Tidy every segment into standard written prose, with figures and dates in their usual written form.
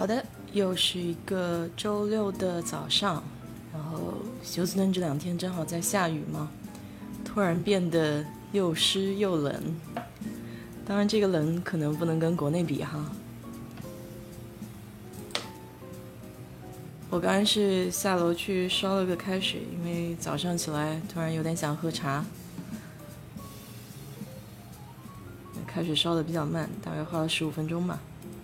好的，又是一个周六的早上，然后休斯顿这2天正好在下雨嘛，突然变得又湿又冷。当然这个冷可能不能跟国内比哈。我刚刚是下楼去烧了个开水，因为早上起来突然有点想喝茶。开水烧的比较慢，大概花了15分钟吧。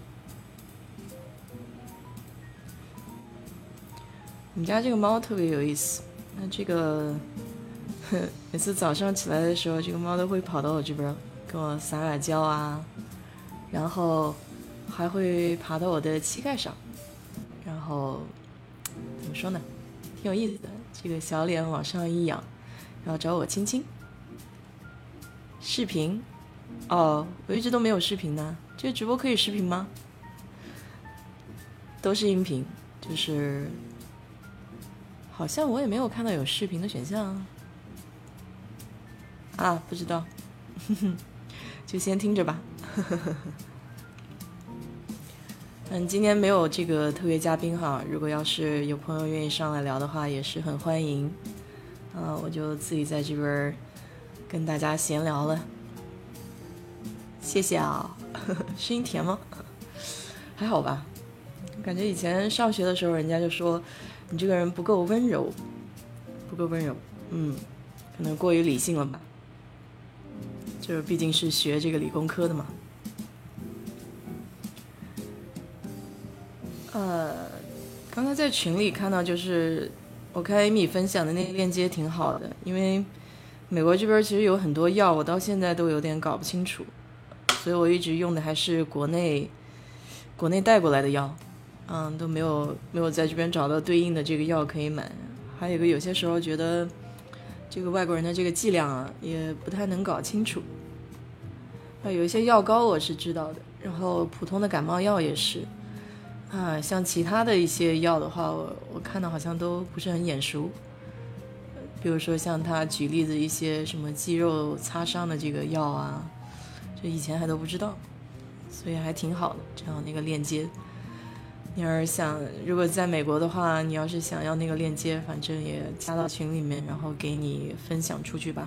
我们家这个猫特别有意思，那这个每次早上起来的时候，这个猫都会跑到我这边跟我撒撒娇啊，然后还会爬到我的膝盖上，然后怎么说呢，挺有意思的，这个小脸往上一仰，然后找我亲亲。视频哦，我一直都没有视频呢，这个直播可以视频吗？都是音频，就是好像我也没有看到有视频的选项啊，不知道，就先听着吧。今天没有这个特别嘉宾哈，如果要是有朋友愿意上来聊的话，也是很欢迎。我就自己在这边跟大家闲聊了。谢谢啊，声音甜吗？还好吧，感觉以前上学的时候，人家就说你这个人不够温柔，不够温柔，可能过于理性了吧。就是毕竟是学这个理工科的嘛。刚才在群里看到，就是我看 Amy 分享的那个链接挺好的，因为美国这边其实有很多药，我到现在都有点搞不清楚，所以我一直用的还是国内带过来的药，都没有在这边找到对应的这个药可以买。还有一个有些时候觉得这个外国人的这个剂量啊，也不太能搞清楚。有一些药膏我是知道的，然后普通的感冒药也是。像其他的一些药的话，我看到好像都不是很眼熟。比如说像他举例子一些什么肌肉擦伤的这个药啊，这以前还都不知道，所以还挺好的。这样那个链接，你要是想如果在美国的话，你要是想要那个链接，反正也加到群里面，然后给你分享出去吧。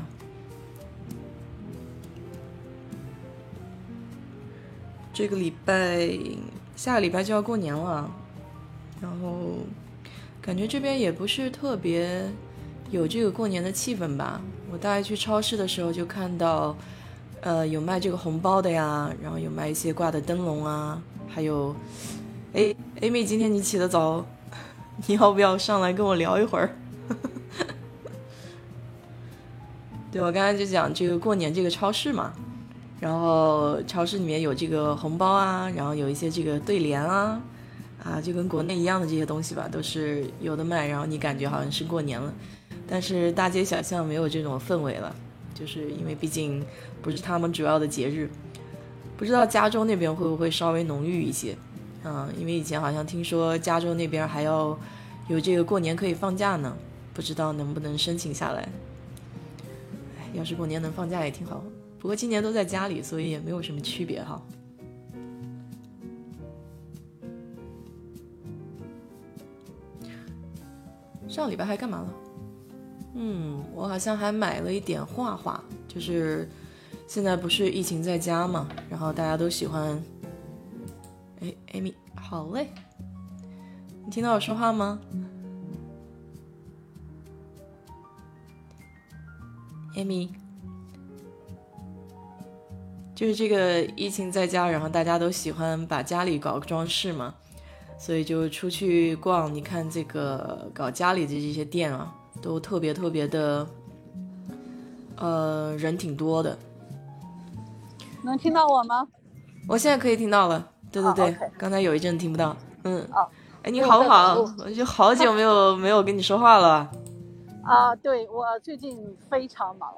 这个礼拜下个礼拜就要过年了，然后感觉这边也不是特别有这个过年的气氛吧。我大概去超市的时候就看到有卖这个红包的呀，然后有卖一些挂的灯笼啊，还有Amy 今天你起得早，你要不要上来跟我聊一会儿？对，我刚才就讲这个过年这个超市嘛，然后超市里面有这个红包啊，然后有一些这个对联啊，就跟国内一样的这些东西吧，都是有的卖，然后你感觉好像是过年了，但是大街小巷没有这种氛围了，就是因为毕竟不是他们主要的节日。不知道加州那边会不会稍微浓郁一些，因为以前好像听说加州那边还要有这个过年可以放假呢，不知道能不能申请下来。要是过年能放假也挺好，不过今年都在家里，所以也没有什么区别哈。上礼拜还干嘛了？我好像还买了一点画画，就是现在不是疫情在家嘛，然后大家都喜欢。Amy， 好嘞，你听到我说话吗？Amy，就是这个疫情在家，然后大家都喜欢把家里搞个装饰嘛，所以就出去逛。你看这个搞家里的这些店啊，都特别特别的，人挺多的。 能听到我吗？ 我现在可以听到了。对对对， okay. 刚才有一阵听不到。你我好不好？ 我我就好久没有跟你说话了。 对，我最近非常忙。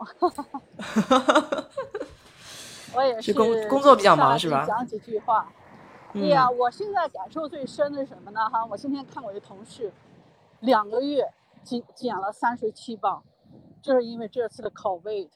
我也是工作比较忙是吧？ 讲几句话。我现在感受最深的是什么呢？我今天看我的同事，2个月减了37磅，就是因为这次的 COVID。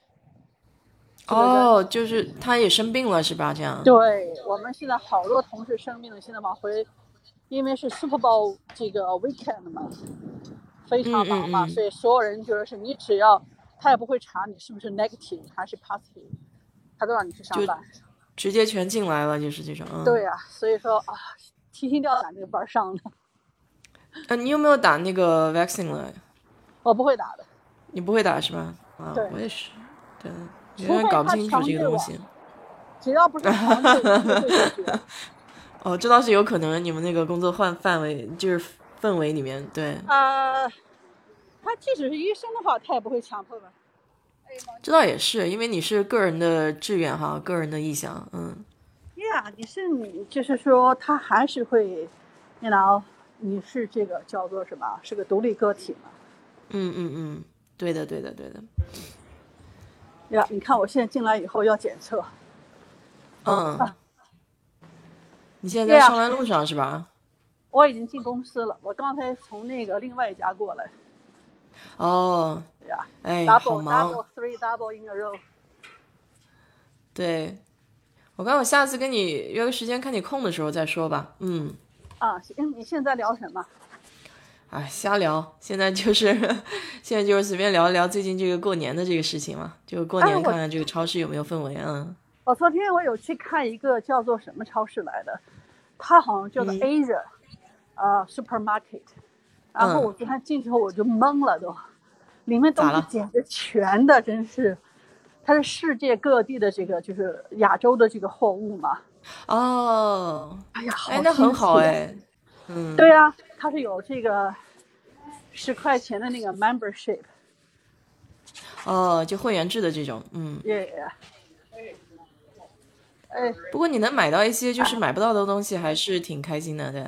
就是他也生病了是吧？这样。 对，我们现在好多同事生病了，现在往回因为是 Super Bowl 这个 weekend 嘛，非常忙嘛，所以所有人就是你只要他也不会查你是不是 negative 还是 positive， 他都让你去上班， 直接全进来了，就是这种。 对呀，所以说啊，提心吊胆这个班上了。 你有没有打那个 vaccine 了？ 我不会打的。 你不会打是吧？啊， 对， 我也是。对， 除非搞不清楚这个东西。 只要不是强制，我就会决。 哦，这倒是有可能，你们那个工作范围就是氛围里面，对。 他即使是医生的话，他也不会强迫吧？ 这倒也是，因为你是个人的志愿哈，个人的意向， 呀，你就是说，他还是会你是这个叫做什么？是个独立个体嘛？ 对的。 呀，你看我现在进来以后要检测。 你现在在上班路上是吧？ 我已经进公司了，我刚才从那个另外一家过来。 哦， 呀， 好忙。 double in a row。 对，我下次跟你约个时间，看你空的时候再说吧。 行，你现在聊什么？ 瞎聊。现在就是随便聊一聊最近这个过年的这个事情嘛，就过年看看这个超市有没有氛围。 我昨天有去看一个叫做什么超市来的，它好像叫做 Asia，supermarket。然后我昨天进去后我就懵了都，里面东西简直全的，真是，它是世界各地的这个就是亚洲的这个货物嘛。哎呀， 那很好对啊，它是有这个10块钱的那个 membership。 就会员制的这种。不过你能买到一些就是买不到的东西，还是挺开心的，对。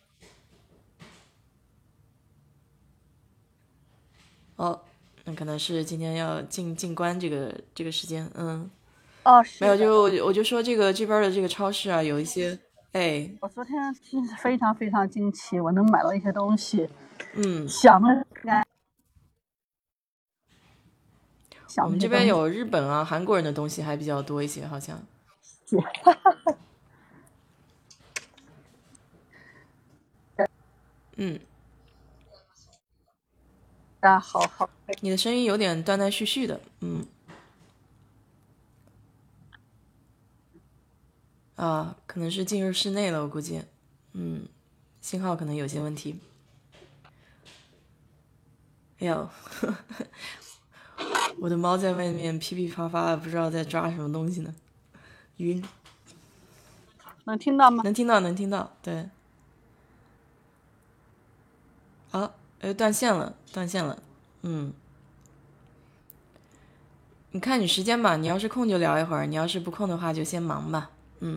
那可能是今天要进关这个时间。没有，我就说这边的这个超市啊，有一些我昨天真是非常非常惊奇，我能买到一些东西。 我们这边有日本啊、韩国人的东西还比较多一些，好像。 好。 你的声音有点断断续续的。可能是进入室内了，我估计。信号可能有些问题。哎呦，我的猫在外面噼噼啪啪的，不知道在抓什么东西呢。晕。 能听到吗？ 能听到，对。断线了。你看你时间吧，你要是空就聊一会儿，你要是不空的话就先忙吧。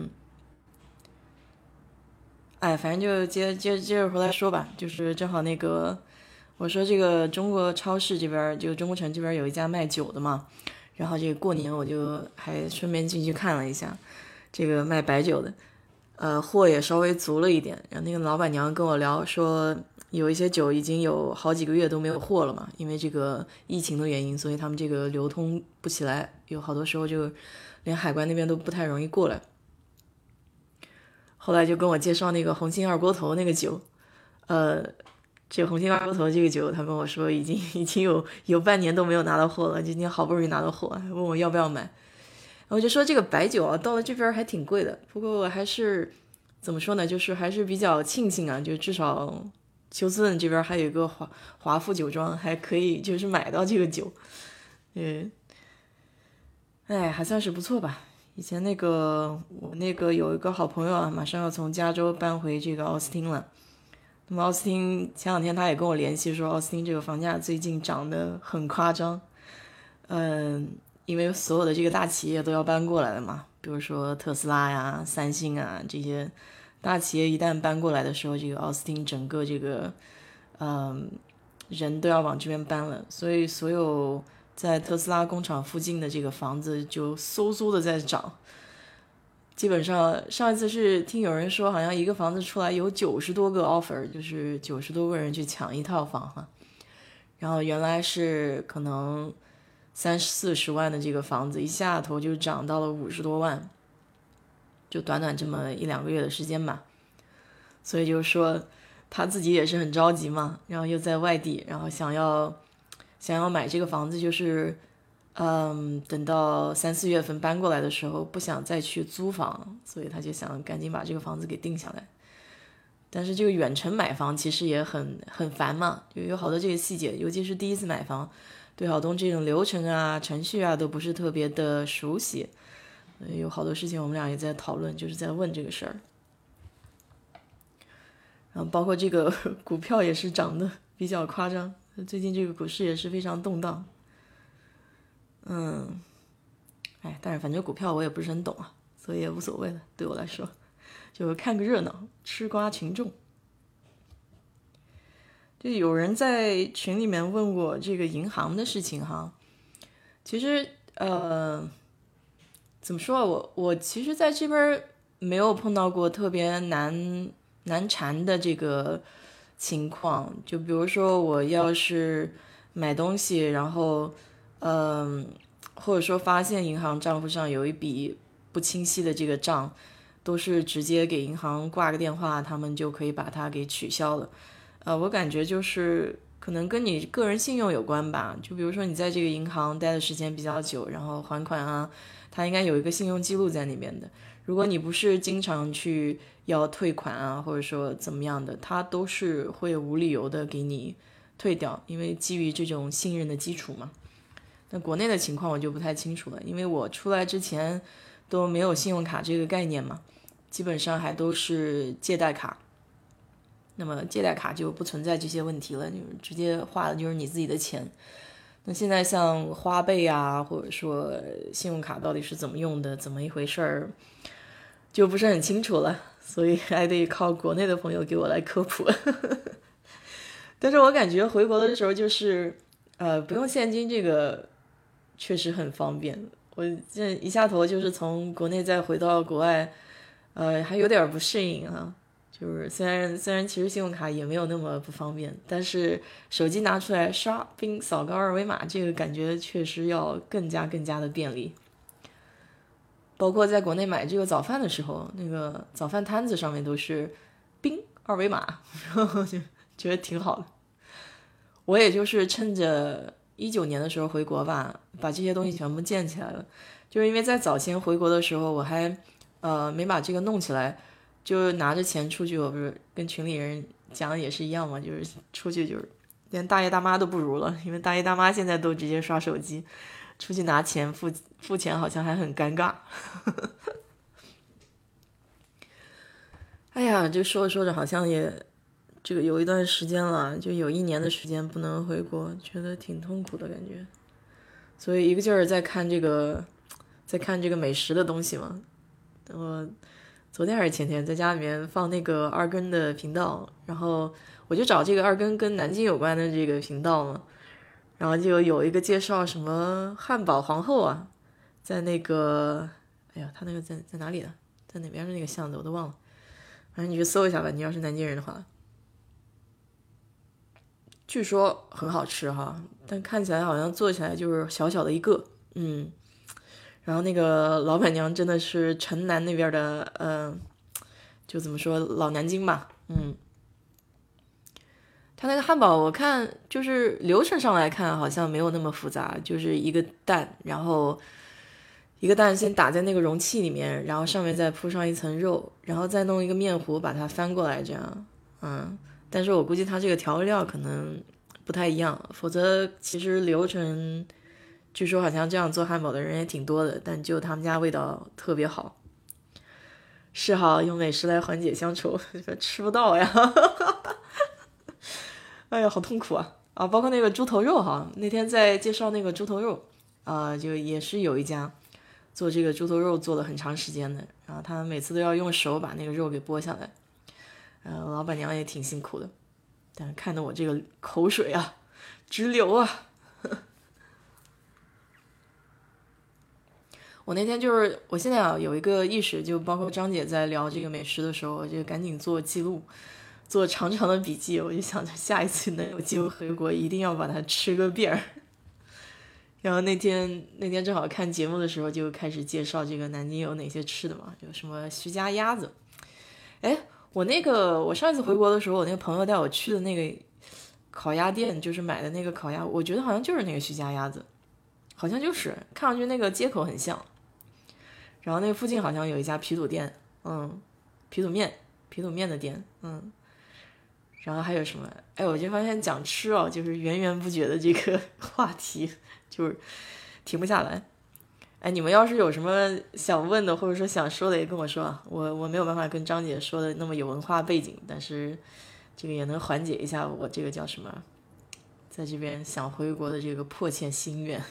反正就接着回来说吧，就是正好那个，我说这个中国超市这边，就中国城这边有一家卖酒的嘛，然后这个过年我就还顺便进去看了一下，这个卖白酒的，货也稍微足了一点。然后那个老板娘跟我聊说，有一些酒已经有好几个月都没有货了嘛，因为这个疫情的原因，所以他们这个流通不起来，有好多时候就连海关那边都不太容易过来。后来就跟我介绍那个红星二锅头那个酒，这个红星二锅头这个酒，他跟我说已经有半年都没有拿到货了，今天好不容易拿到货，问我要不要买。我就说这个白酒啊，到了这边还挺贵的，不过我还是怎么说呢，就是还是比较庆幸啊，就至少休斯顿这边还有一个华富酒庄，还可以就是买到这个酒，还算是不错吧。以前我那个有一个好朋友啊，马上要从加州搬回这个奥斯汀了。那么奥斯汀前两天他也跟我联系说，奥斯汀这个房价最近涨得很夸张。因为所有的这个大企业都要搬过来了嘛，比如说特斯拉呀、三星啊这些大企业一旦搬过来的时候，这个奥斯汀整个这个人都要往这边搬了，所以所有在特斯拉工厂附近的这个房子就嗖的在涨。基本上上一次是听有人说，好像一个房子出来有90多个 offer， 就是90多个人去抢一套房哈。然后原来是可能30-40万的这个房子，一下头就涨到了50多万，就短短这么1-2个月的时间吧。 所以就是说他自己也是很着急嘛，然后又在外地，然后想要买这个房子，就是等到3、4月份搬过来的时候，不想再去租房，所以他就想赶紧把这个房子给定下来。但是这个远程买房其实也很烦嘛，就有好多这个细节，尤其是第一次买房，对好多这种流程啊、程序啊都不是特别的熟悉，有好多事情我们俩也在讨论，就是在问这个事儿。然后包括这个股票也是涨得比较夸张，最近这个股市也是非常动荡。但是反正股票我也不是很懂啊，所以也无所谓了，对我来说就看个热闹，吃瓜群众。就有人在群里面问我这个银行的事情哈，其实怎么说，我其实在这边没有碰到过特别难缠的这个情况。就比如说我要是买东西，然后或者说发现银行账户上有一笔不清晰的这个账，都是直接给银行挂个电话，他们就可以把它给取消了。我感觉就是可能跟你个人信用有关吧。就比如说你在这个银行待的时间比较久，然后还款啊，它应该有一个信用记录在里面的。如果你不是经常去要退款啊，或者说怎么样的，它都是会无理由的给你退掉，因为基于这种信任的基础嘛。那国内的情况我就不太清楚了，因为我出来之前都没有信用卡这个概念嘛，基本上还都是借贷卡。那么借贷卡就不存在这些问题了，就直接花的就是你自己的钱。那现在像花呗啊，或者说信用卡到底是怎么用的，怎么一回事儿，就不是很清楚了，所以还得靠国内的朋友给我来科普。但是我感觉回国的时候就是不用现金，这个确实很方便。我这一下头就是从国内再回到国外，还有点不适应啊。就是虽然其实信用卡也没有那么不方便，但是手机拿出来刷并扫个二维码，这个感觉确实要更加的便利。包括在国内买这个早饭的时候，那个早饭摊子上面都是并二维码，然后就觉得挺好的。我也就是趁着19年的时候回国吧，把这些东西全部建起来了。就是因为在早先回国的时候，我还没把这个弄起来。就拿着钱出去，我不是跟群里人讲的也是一样嘛，就是出去就是连大爷大妈都不如了，因为大爷大妈现在都直接刷手机，出去拿钱付钱好像还很尴尬。哎呀，这说着说着好像也这个有一段时间了，就有1年的时间不能回国，觉得挺痛苦的感觉。所以一个劲儿在看这个美食的东西嘛。我昨天还是前天在家里面放那个二根的频道，然后我就找这个二根跟南京有关的这个频道嘛，然后就有一个介绍什么汉堡皇后啊，在那个他那个在哪里呢？在哪边是那个巷子我都忘了，反正你去搜一下吧，你要是南京人的话。据说很好吃哈，但看起来好像做起来就是小小的一个，然后那个老板娘真的是城南那边的，就怎么说老南京吧，他那个汉堡我看就是流程上来看好像没有那么复杂，就是一个蛋，然后一个蛋先打在那个容器里面，然后上面再铺上一层肉，然后再弄一个面糊把它翻过来这样，但是我估计他这个调味料可能不太一样，否则其实流程据说好像这样做汉堡的人也挺多的，但就他们家味道特别好。是哈，用美食来缓解乡愁，吃不到呀。哎呀，好痛苦啊！包括那个猪头肉哈，那天在介绍那个猪头肉，就也是有一家做这个猪头肉做了很长时间的，然后他每次都要用手把那个肉给剥下来，老板娘也挺辛苦的，但是看得我这个口水啊直流啊。我那天就是我现在有一个意识，就包括张姐在聊这个美食的时候，我就赶紧做记录，做长长的笔记。我就想着下一次能有机会回国，一定要把它吃个遍儿。然后那天正好看节目的时候，就开始介绍这个南京有哪些吃的嘛，有什么徐家鸭子。 我上一次回国的时候，我那个朋友带我去的那个烤鸭店，就是买的那个烤鸭，我觉得好像就是那个徐家鸭子，好像就是看上去那个接口很像。然后那个附近好像有一家皮肚店，皮肚面的店，然后还有什么？哎，我就发现讲吃哦，就是源源不绝的这个话题，就是停不下来。哎，你们要是有什么想问的，或者说想说的，也跟我说啊。我没有办法跟张姐说的那么有文化背景，但是这个也能缓解一下我这个叫什么，在这边想回国的这个迫切心愿。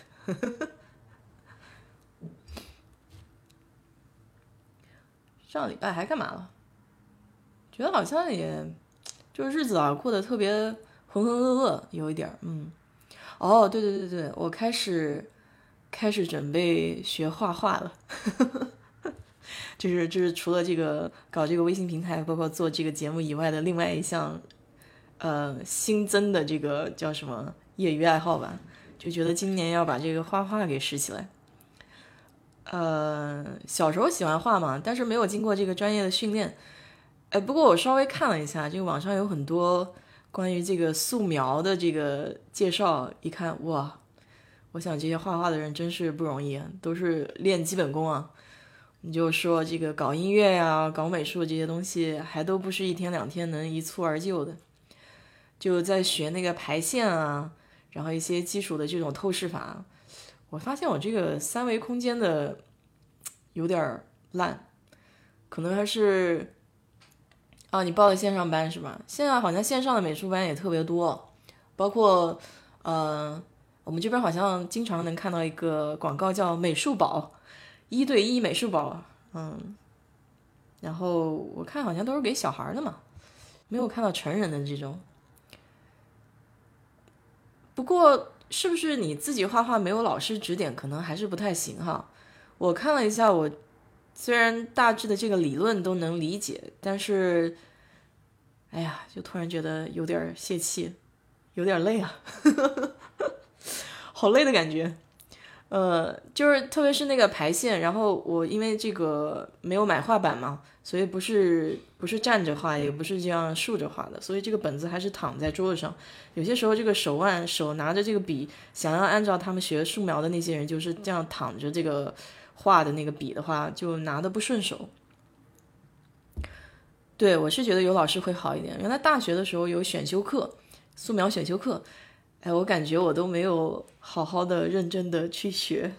上礼拜还干嘛了？觉得好像也就是日子啊过得特别浑浑噩噩，有一点儿。哦，对对对对，我开始准备学画画了。就是除了这个搞这个微信平台，包括做这个节目以外的另外一项新增的这个叫什么业余爱好吧，就觉得今年要把这个画画给拾起来。小时候喜欢画嘛，但是没有经过这个专业的训练。不过我稍微看了一下，这个网上有很多关于这个素描的这个介绍，一看哇，我想这些画画的人真是不容易啊，都是练基本功啊。你就说这个搞音乐呀、搞美术这些东西，还都不是一天两天能一蹴而就的。就在学那个排线啊，然后一些基础的这种透视法。我发现我这个三维空间的有点烂，可能还是你报的线上班是吧？现在好像线上的美术班也特别多，包括我们这边好像经常能看到一个广告叫美术宝，1对1美术宝，然后我看好像都是给小孩的嘛，没有看到成人的这种。不过是不是你自己画画没有老师指点，可能还是不太行哈。我看了一下，我虽然大致的这个理论都能理解，但是哎呀，就突然觉得有点泄气，有点累啊。好累的感觉。就是特别是那个排线，然后我因为这个没有买画板嘛，所以不是站着画，也不是这样竖着画的，所以这个本子还是躺在桌子上。有些时候这个手拿着这个笔，想要按照他们学素描的那些人就是这样躺着这个画的那个笔的话，就拿得不顺手。对，我是觉得有老师会好一点。原来大学的时候有选修课，素描选修课，我感觉我都没有好好的认真的去学。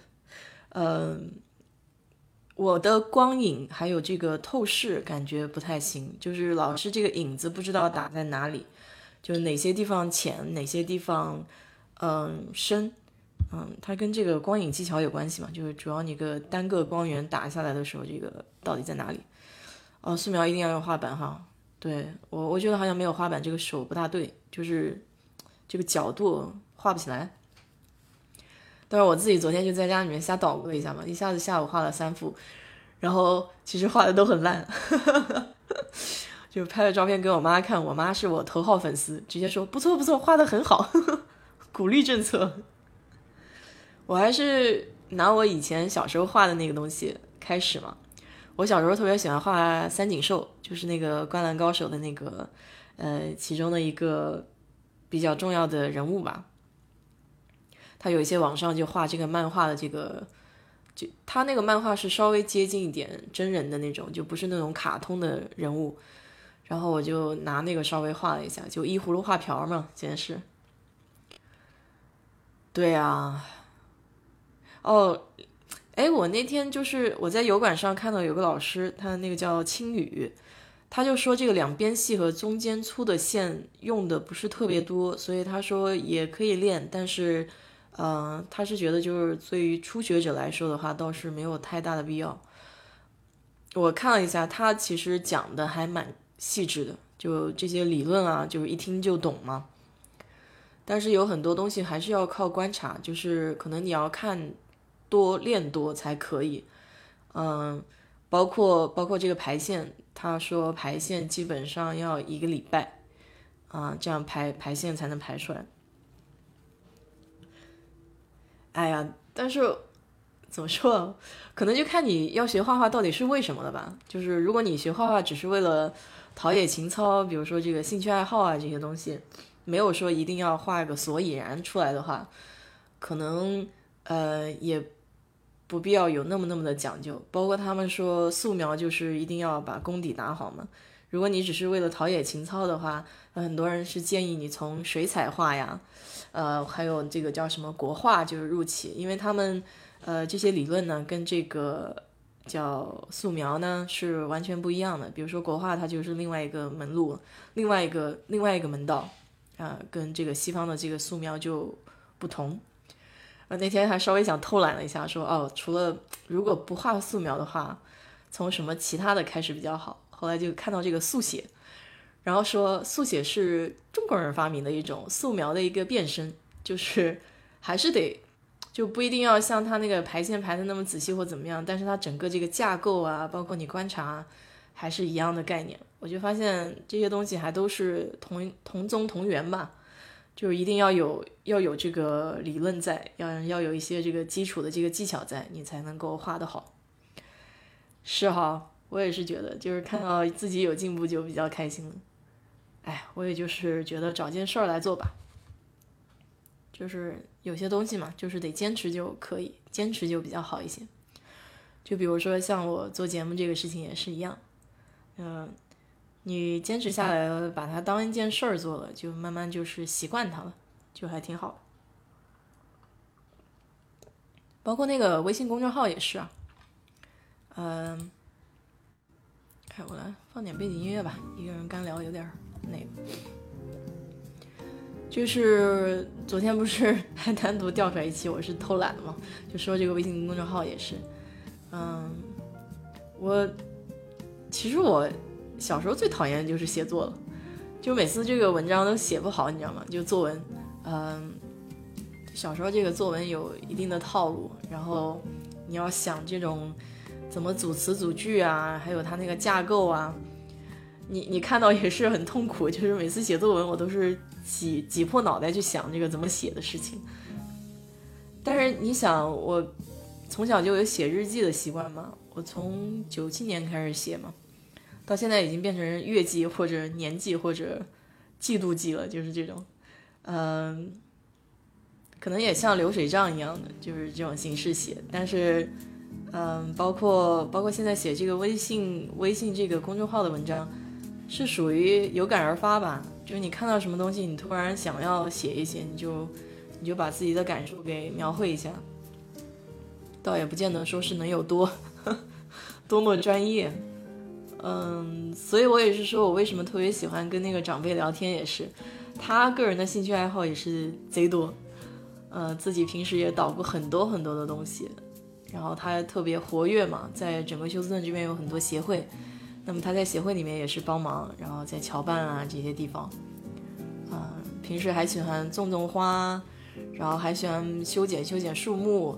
我的光影还有这个透视感觉不太行，就是老师这个影子不知道打在哪里，就是哪些地方浅，哪些地方深，它跟这个光影技巧有关系嘛，就是主要你个单个光源打下来的时候，这个到底在哪里？素描一定要用画板哈。对，我觉得好像没有画板这个手不大对，就是这个角度画不起来。但是我自己昨天就在家里面瞎捣鼓了一下嘛，一下子下午画了3幅，然后其实画的都很烂。就拍了照片给我妈看，我妈是我头号粉丝，直接说不错不错，画的很好。鼓励政策。我还是拿我以前小时候画的那个东西开始嘛。我小时候特别喜欢画三井寿，就是那个灌篮高手的那个其中的一个比较重要的人物吧。他有一些网上就画这个漫画的这个，就他那个漫画是稍微接近一点真人的那种，就不是那种卡通的人物。然后我就拿那个稍微画了一下，就依葫芦画瓢嘛，简直是。对啊。我那天就是我在油管上看到有个老师，他那个叫青雨，他就说这个两边细和中间粗的线用的不是特别多，所以他说也可以练，但是他是觉得就是对于初学者来说的话，倒是没有太大的必要。我看了一下，他其实讲的还蛮细致的，就这些理论啊，就是一听就懂嘛。但是有很多东西还是要靠观察，就是可能你要看多练多才可以。包括这个排线，他说排线基本上要1个礼拜这样排线才能排出来。哎呀，但是怎么说，可能就看你要学画画到底是为什么了吧。就是如果你学画画只是为了陶冶情操，比如说这个兴趣爱好啊这些东西，没有说一定要画个所以然出来的话，可能也不必要有那么的讲究。包括他们说素描就是一定要把功底打好嘛，如果你只是为了陶冶情操的话，很多人是建议你从水彩画呀，还有这个叫什么国画就是入起，因为他们这些理论呢跟这个叫素描呢是完全不一样的。比如说国画它就是另外一个门路，另外一个门道跟这个西方的这个素描就不同。那天还稍微想偷懒了一下，说除了如果不画素描的话，从什么其他的开始比较好。后来就看到这个速写，然后说速写是中国人发明的一种素描的一个变身，就是还是得就不一定要像他那个排线排的那么仔细或怎么样，但是他整个这个架构啊，包括你观察还是一样的概念。我就发现这些东西还都是同宗同源吧，就是一定要有这个理论在，要有一些这个基础的这个技巧在，你才能够画得好。是哈，我也是觉得，就是看到自己有进步就比较开心了。哎，我也就是觉得找件事儿来做吧，就是有些东西嘛，就是得坚持就可以，坚持就比较好一些。就比如说像我做节目这个事情也是一样，你坚持下来了，把它当一件事儿做了，就慢慢就是习惯它了，就还挺好。包括那个微信公众号也是啊，我来放点背景音乐吧，一个人干聊有点那个。就是昨天不是还单独调出来一期我是偷懒的嘛，就说这个微信公众号也是，其实我小时候最讨厌的就是写作了，就每次这个文章都写不好，你知道吗？就作文，小时候这个作文有一定的套路，然后你要想这种怎么组词组句啊，还有它那个架构啊，你看到也是很痛苦，就是每次写作文我都是挤破脑袋去想这个怎么写的事情。但是你想，我从小就有写日记的习惯嘛，我从97年开始写嘛，到现在已经变成月记或者年记或者季度记了，就是这种，可能也像流水账一样的，就是这种形式写。但是，包括现在写这个微信这个公众号的文章，是属于有感而发吧，就是你看到什么东西，你突然想要写一写，你就把自己的感受给描绘一下，倒也不见得说是能有多么专业。所以我也是说我为什么特别喜欢跟那个长辈聊天，也是他个人的兴趣爱好也是贼多，自己平时也捣鼓很多很多的东西，然后他特别活跃嘛，在整个休斯顿这边有很多协会，那么他在协会里面也是帮忙，然后在侨办啊这些地方，平时还喜欢种花，然后还喜欢修剪树木。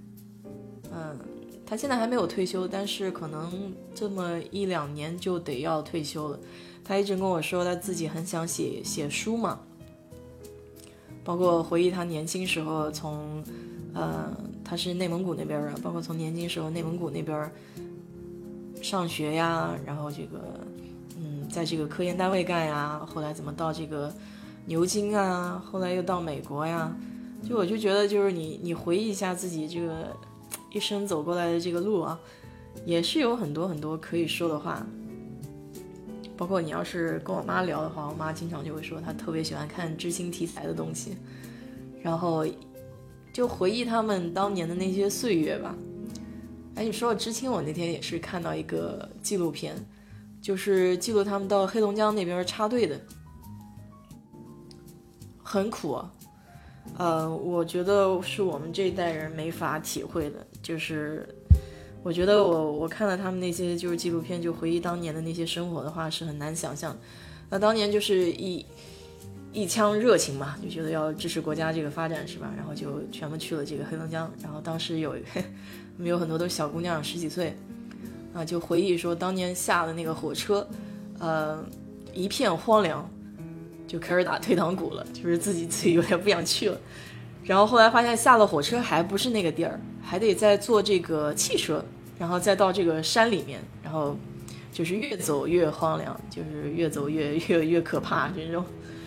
他现在还没有退休，但是可能这么1-2年就得要退休了。他一直跟我说他自己很想写书嘛，包括回忆他年轻时候从他是内蒙古那边的，包括从年轻时候内蒙古那边上学呀，然后这个在这个科研单位干呀，后来怎么到这个牛津啊，后来又到美国呀，我就觉得就是你回忆一下自己这个一生走过来的这个路啊，也是有很多很多可以说的话。包括你要是跟我妈聊的话，我妈经常就会说她特别喜欢看知青题材的东西，然后就回忆他们当年的那些岁月吧。你说到知青，我那天也是看到一个纪录片，就是记录他们到黑龙江那边插队的，很苦啊。我觉得是我们这一代人没法体会的，就是我觉得我看了他们那些就是纪录片，就回忆当年的那些生活的话是很难想象。那当年就是一腔热情嘛，就觉得要支持国家这个发展是吧，然后就全部去了这个黑龙江，然后当时有很多都是小姑娘10几岁就回忆说当年下的那个火车一片荒凉，就开始打退堂鼓了，就是自己有点不想去了。然后后来发现下了火车还不是那个地儿，还得再坐这个汽车，然后再到这个山里面，然后就是越走越荒凉，就是越走越可怕这种。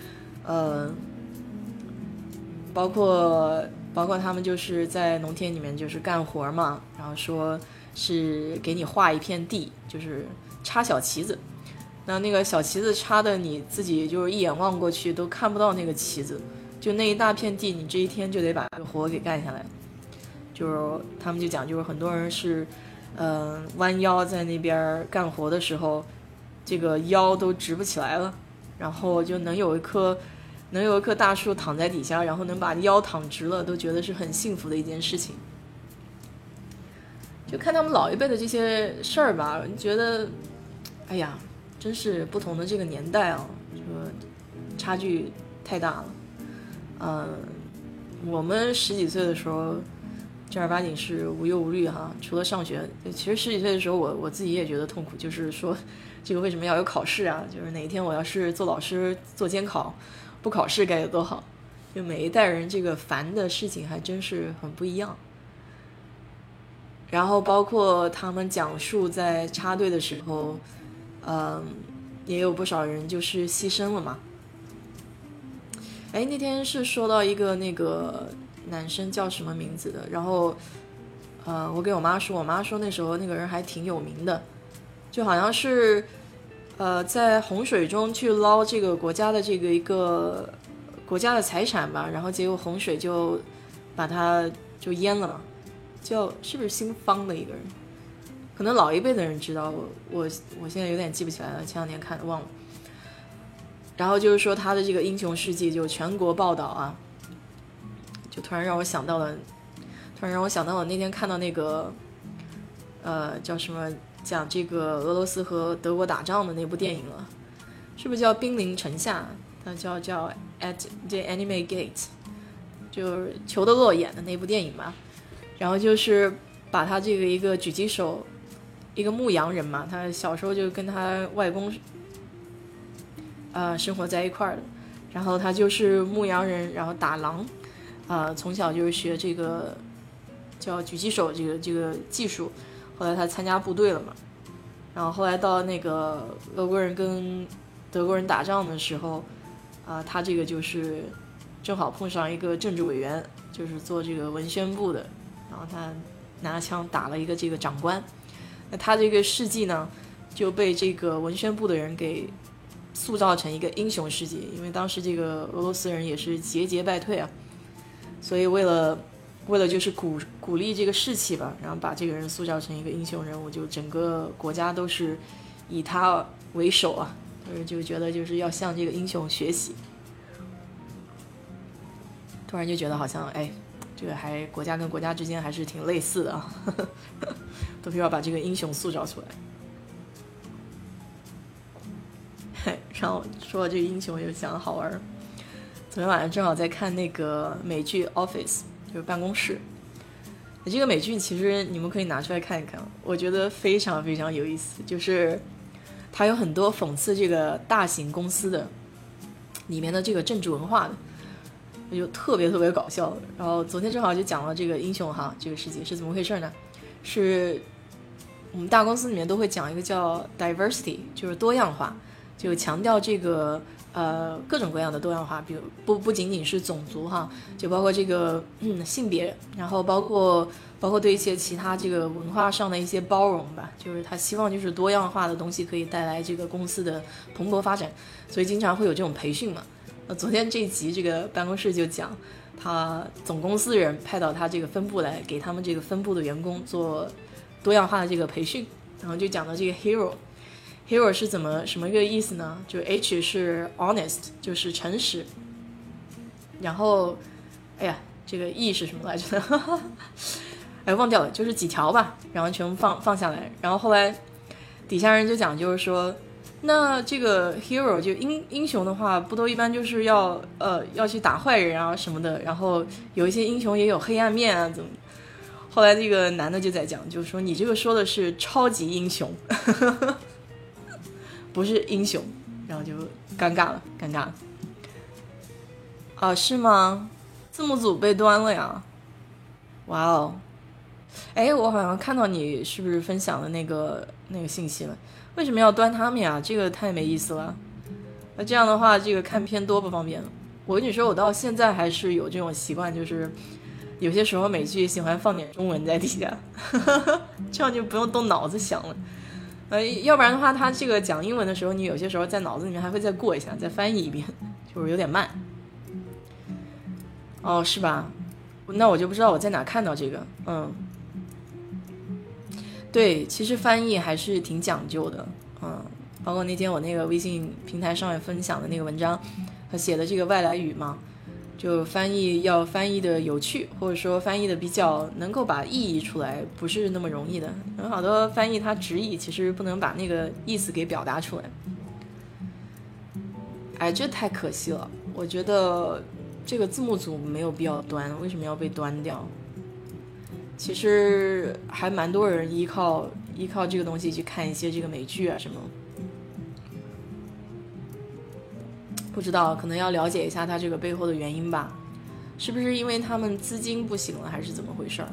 包括他们就是在农田里面就是干活嘛，然后说是给你画一片地，就是插小旗子，那个小旗子插的你自己就是一眼望过去都看不到那个旗子，就那一大片地，你这一天就得把这个活给干下来。就是他们就讲，就是很多人是弯腰在那边干活的时候，这个腰都直不起来了，然后就能有一棵大树躺在底下，然后能把腰躺直了，都觉得是很幸福的一件事情。就看他们老一辈的这些事儿吧，觉得哎呀，真是不同的这个年代啊，这个差距太大了。我们十几岁的时候正儿八经是无忧无虑哈，除了上学。其实十几岁的时候我自己也觉得痛苦，就是说这个为什么要有考试啊，就是哪一天我要是做老师做监考不考试该有多好。就每一代人这个烦的事情还真是很不一样。然后包括他们讲述在插队的时候，也有不少人就是牺牲了嘛。那天是说到一个那个男生叫什么名字的，然后我给我妈说那时候那个人还挺有名的，就好像是在洪水中去捞这个国家的这个一个国家的财产吧，然后结果洪水就把他就淹了嘛，是不是姓方的一个人，可能老一辈的人知道，我现在有点记不起来了，前两天看的忘了。然后就是说他的这个英雄事迹就全国报道啊，就突然让我想到了那天看到那个叫什么讲这个俄罗斯和德国打仗的那部电影了，是不是叫《兵临城下》？它叫 At the Enemy Gate， 就是裘德洛演的那部电影吧。然后就是把他这个一个狙击手，一个牧羊人嘛，他小时候就跟他外公生活在一块儿的，然后他就是牧羊人，然后打狼，从小就是学这个叫狙击手这个技术，后来他参加部队了嘛，然后后来到那个俄国人跟德国人打仗的时候，他这个就是正好碰上一个政治委员，就是做这个文宣部的，然后他拿枪打了一个这个长官，那他这个事迹呢就被这个文宣部的人给塑造成一个英雄事迹，因为当时这个俄罗斯人也是节节败退啊，所以为了就是鼓励这个士气吧，然后把这个人塑造成一个英雄人物，就整个国家都是以他为首啊，就觉得就是要向这个英雄学习。突然就觉得好像这个还国家跟国家之间还是挺类似的啊，都是要把这个英雄塑造出来。然后说到这个英雄又想好玩，昨天晚上正好在看那个美剧 Office， 就是办公室。这个美剧其实你们可以拿出来看一看，我觉得非常非常有意思，就是它有很多讽刺这个大型公司的里面的这个政治文化的，就特别特别搞笑。然后昨天正好就讲了这个英雄哈，这个事情是怎么回事呢？是我们大公司里面都会讲一个叫 diversity， 就是多样化，就强调这个各种各样的多样化，比如不仅仅是种族哈，就包括这个性别，然后包括对一些其他这个文化上的一些包容吧，就是他希望就是多样化的东西可以带来这个公司的蓬勃发展，所以经常会有这种培训嘛。昨天这一集这个办公室就讲，他总公司人派到他这个分部来，给他们这个分部的员工做多样化的这个培训，然后就讲到这个 hero 是什么一个意思呢？就 H 是 honest， 就是诚实，然后这个 E 是什么来着忘掉了，就是几条吧，然后全部放下来，然后后来底下人就讲，就是说那这个 hero 就英雄的话，不都一般就是要去打坏人啊什么的，然后有一些英雄也有黑暗面啊怎么。后来这个男的就在讲，就是说你这个说的是超级英雄不是英雄，然后就尴尬了是吗？字幕组被端了呀，哇哦。我好像看到你是不是分享的那个信息了， 为什么要端他们呀？这个太没意思了。那这样的话，这个看片多不方便。我跟你说，我到现在还是有这种习惯，就是有些时候美剧喜欢放点中文在底下，这样就不用动脑子想了。要不然的话，他这个讲英文的时候，你有些时候在脑子里面还会再过一下，再翻译一遍，就是有点慢。哦，是吧？那我就不知道我在哪看到这个。对，其实翻译还是挺讲究的。包括那天我那个微信平台上面分享的那个文章，他写的这个外来语嘛，就翻译要翻译的有趣，或者说翻译的比较能够把意义出来，不是那么容易的。有好多翻译它直译，其实不能把那个意思给表达出来。哎，这太可惜了。我觉得这个字幕组没有必要端，为什么要被端掉？其实还蛮多人依靠这个东西去看一些这个美剧啊什么。不知道，可能要了解一下它这个背后的原因吧，是不是因为他们资金不行了，还是怎么回事？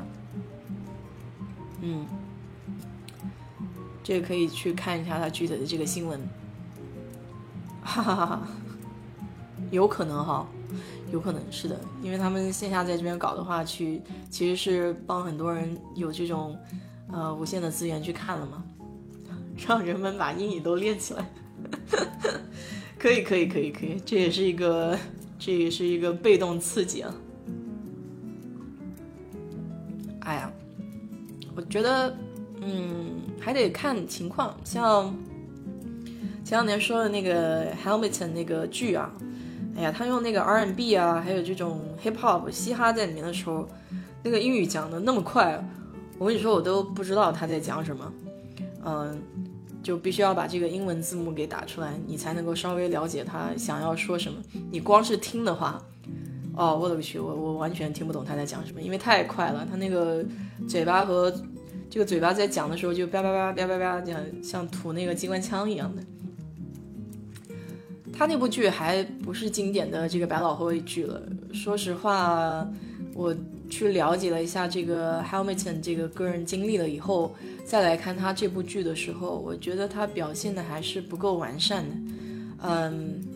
这个可以去看一下它具体的这个新闻。哈哈哈哈，有可能哈，有可能是的，因为他们线下在这边搞的话，其实是帮很多人有这种无限的资源去看了嘛，让人们把英语都练起来。可以，这也是一个被动刺激啊。哎呀，我觉得还得看情况，像前两年说的那个 Hamilton 那个剧啊，哎呀，他用那个 R&B 啊，还有这种 Hip Hop 嘻哈在里面的时候，那个英语讲的那么快，我跟你说我都不知道他在讲什么。就必须要把这个英文字幕给打出来，你才能够稍微了解他想要说什么。你光是听的话，我的个去，我完全听不懂他在讲什么，因为太快了，他那个嘴巴和这个嘴巴在讲的时候就叭叭叭叭叭叭，像吐那个机关枪一样的。他那部剧还不是经典的这个百老汇剧了，说实话，我去了解了一下这个 Hamilton 这个个人经历了以后，再来看他这部剧的时候，我觉得他表现的还是不够完善的。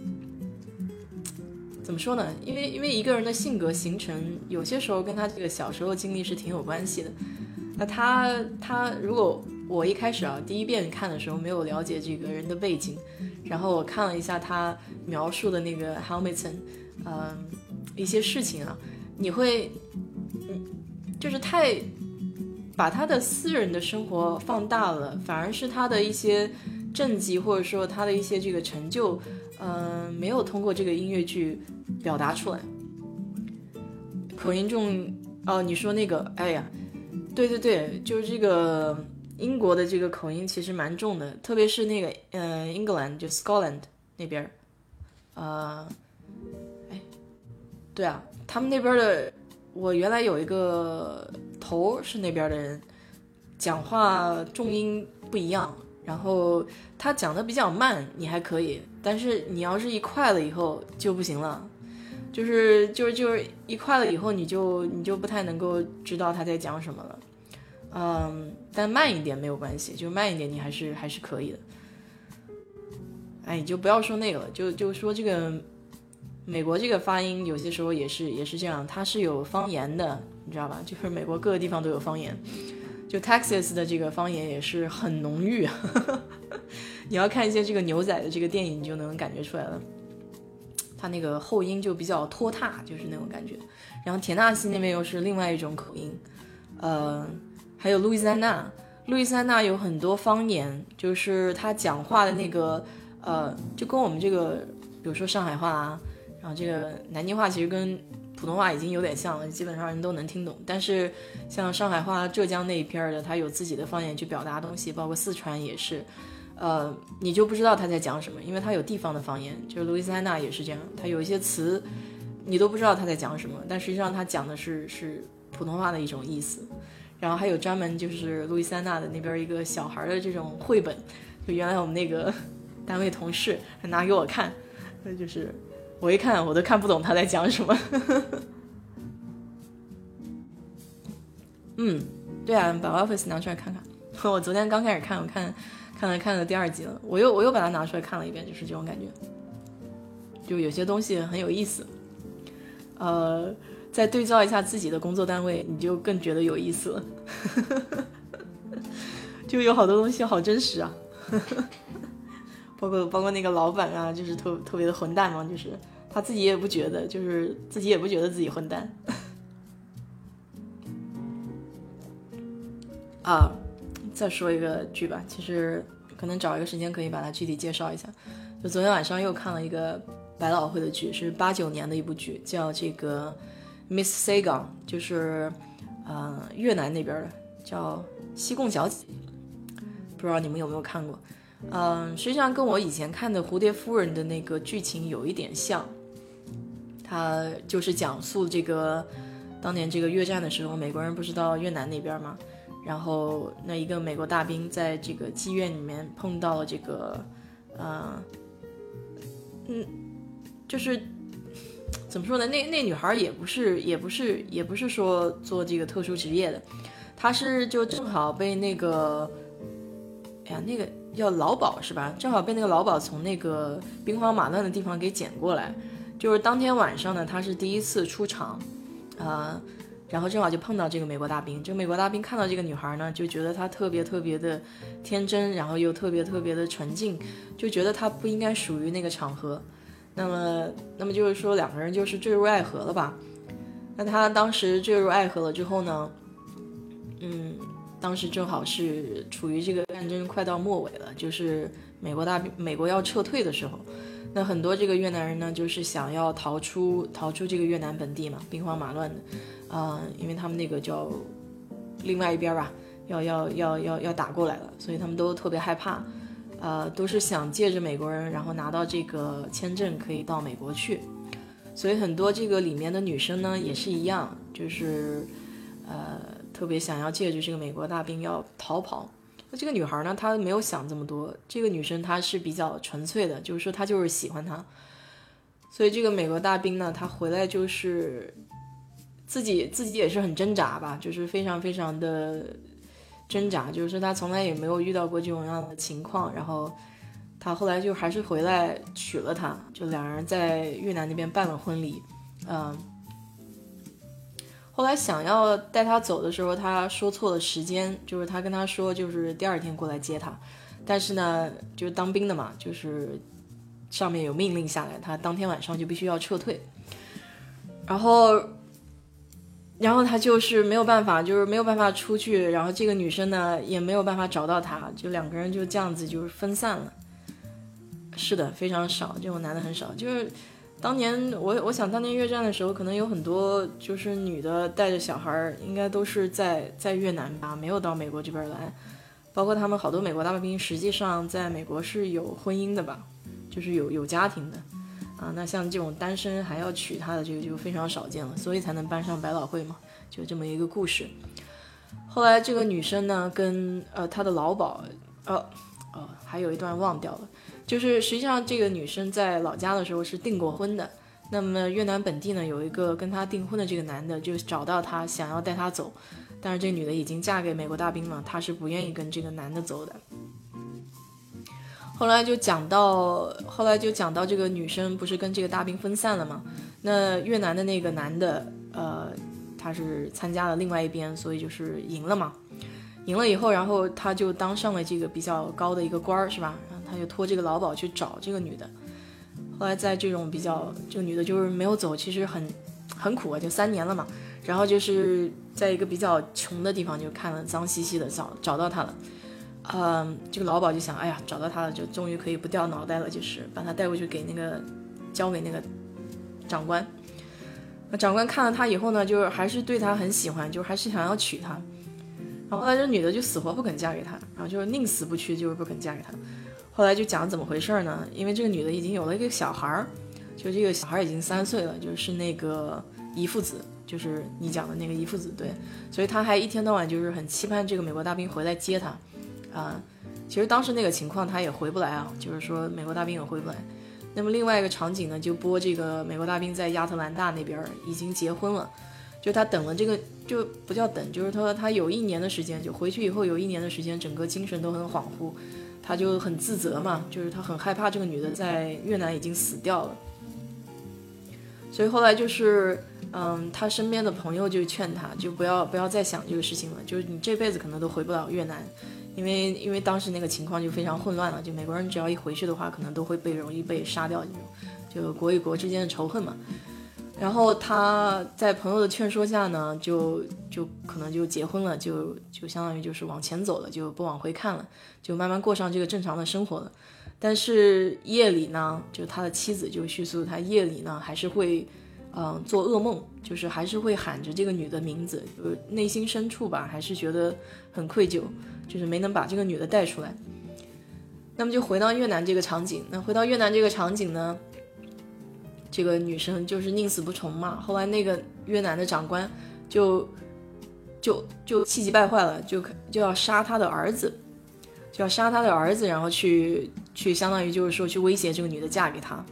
怎么说呢？因为一个人的性格形成，有些时候跟他这个小时候经历是挺有关系的。那他如果我一开始第一遍看的时候没有了解这个人的背景，然后我看了一下他描述的那个 Hamilton，一些事情啊，你会就是太把他的私人的生活放大了，反而是他的一些政绩或者说他的一些这个成就，没有通过这个音乐剧表达出来。口音重你说那个，哎呀，对，就是这个英国的这个口音其实蛮重的，特别是那个England 就 Scotland 那边，对啊，他们那边的，我原来有一个头是那边的人，讲话重音不一样，然后他讲的比较慢，你还可以，但是你要是一快了以后就不行了，就是一快了以后你就不太能够知道他在讲什么了。但慢一点没有关系，就慢一点你还是可以的。哎，你就不要说那个了，就说这个美国这个发音有些时候也是这样，它是有方言的，你知道吧？就是美国各个地方都有方言，就 Texas 的这个方言也是很浓郁。你要看一些这个牛仔的这个电影，你就能感觉出来了。它那个后音就比较拖沓，就是那种感觉。然后田纳西那边又是另外一种口音，还有路易斯安那有很多方言，就是他讲话的那个就跟我们这个，比如说上海话啊，然后这个南京话其实跟普通话已经有点像了，基本上人都能听懂。但是像上海话、浙江那一片的，他有自己的方言去表达东西，包括四川也是。你就不知道他在讲什么，因为他有地方的方言，就是路易斯安那也是这样，他有一些词你都不知道他在讲什么，但实际上他讲的是普通话的一种意思。然后还有专门就是路易斯安那的那边一个小孩的这种绘本，就原来我们那个单位同事拿给我看，就是我一看我都看不懂他在讲什么。对啊，把 Office 拿出来看看。我昨天刚开始看，我看看了第2集了，我又把它拿出来看了一遍，就是这种感觉，就有些东西很有意思，再对照一下自己的工作单位，你就更觉得有意思了，就有好多东西好真实啊，包括那个老板啊，就是特别的混蛋嘛，就是他自己也不觉得，就是自己也不觉得自己混蛋啊。再说一个剧吧，其实可能找一个时间可以把它具体介绍一下。就昨天晚上又看了一个百老汇的剧，是89年的一部剧，叫这个 Miss Saigon， 就是越南那边的，叫西贡小姐，不知道你们有没有看过。实际上跟我以前看的蝴蝶夫人的那个剧情有一点像，它就是讲述这个当年这个越战的时候，美国人不是到越南那边吗？然后那一个美国大兵在这个妓院里面碰到了这个就是怎么说呢，那女孩也不是说做这个特殊职业的，她是就正好被那个那个叫劳保是吧，正好被那个劳保从那个兵荒马乱的地方给捡过来，就是当天晚上呢她是第一次出场然后正好就碰到这个美国大兵，这个美国大兵看到这个女孩呢，就觉得她特别的天真，然后又特别的纯净，就觉得她不应该属于那个场合，那么就是说两个人就是坠入爱河了吧。那他当时坠入爱河了之后呢，当时正好是处于这个战争快到末尾了，就是美国要撤退的时候，那很多这个越南人呢，就是想要逃出这个越南本地嘛，兵荒马乱的。因为他们那个叫另外一边吧，要打过来了，所以他们都特别害怕，都是想借着美国人，然后拿到这个签证可以到美国去。所以很多这个里面的女生呢也是一样，就是特别想要借着这个美国大兵要逃跑。那这个女孩呢，她没有想这么多，这个女生她是比较纯粹的，就是说她就是喜欢他。所以这个美国大兵呢，他回来就是自己也是很挣扎吧，就是非常的挣扎，就是说他从来也没有遇到过这种样的情况，然后他后来就还是回来娶了她，就两人在越南那边办了婚礼。后来想要带她走的时候，他说错了时间，就是他跟他说就是第2天过来接她，但是呢就是当兵的嘛，就是上面有命令下来，他当天晚上就必须要撤退，然后他就是没有办法出去，然后这个女生呢也没有办法找到他，就两个人就这样子就是分散了。是的，非常少，这种男的很少。就是当年我想当年越战的时候，可能有很多就是女的带着小孩，应该都是在越南吧，没有到美国这边来。包括他们好多美国大兵，实际上在美国是有婚姻的吧，就是有家庭的。那像这种单身还要娶她的，这个就非常少见了，所以才能搬上百老汇嘛，就这么一个故事。后来这个女生呢，跟她的劳保，还有一段忘掉了，就是实际上这个女生在老家的时候是订过婚的，那么越南本地呢有一个跟她订婚的这个男的，就找到她想要带她走，但是这个女的已经嫁给美国大兵了，她是不愿意跟这个男的走的。后来就讲到这个女生不是跟这个大兵分散了吗？那越南的那个男的，他是参加了另外一边，所以就是赢了嘛。赢了以后，然后他就当上了这个比较高的一个官儿，是吧？然后他就托这个劳保去找这个女的。后来在这种这个女的就是没有走，其实很苦啊，就3年了嘛。然后就是在一个比较穷的地方，就看了脏兮兮的找到她了。这个劳保就想，哎呀，找到他了，就终于可以不掉脑袋了，就是把他带过去交给那个长官。那长官看了他以后呢，就是还是对他很喜欢，就还是想要娶她。然后后来这女的就死活不肯嫁给他，然后就是宁死不屈，就是不肯嫁给他。后来就讲怎么回事呢？因为这个女的已经有了一个小孩，就这个小孩已经3岁了，就是那个姨父子，就是你讲的那个姨父子，对。所以他还一天到晚就是很期盼这个美国大兵回来接他。其实当时那个情况他也回不来啊，就是说美国大兵也回不来。那么另外一个场景呢，就播这个美国大兵在亚特兰大那边已经结婚了，就他等了这个，就不叫等，就是他有1年的时间，就回去以后有1年的时间，整个精神都很恍惚， 他就很自责嘛，就是他很害怕这个女的在越南已经死掉了，所以后来就是他身边的朋友就劝他，就不要再想这个事情了，就是你这辈子可能都回不了越南，因为当时那个情况就非常混乱了，就美国人只要一回去的话，可能都会容易被杀掉，就国与国之间的仇恨嘛。然后他在朋友的劝说下呢，就可能就结婚了，就相当于就是往前走了，就不往回看了，就慢慢过上这个正常的生活了。但是夜里呢，就他的妻子就叙述，他夜里呢还是会做噩梦，就是还是会喊着这个女的名字，就是内心深处吧还是觉得很愧疚，就是没能把这个女的带出来。那么就回到越南这个场景，那回到越南这个场景呢，这个女生就是宁死不从嘛。后来那个越南的长官就气急败坏了，就要杀他的儿子，然后去相当于就是说去威胁这个女的嫁给他。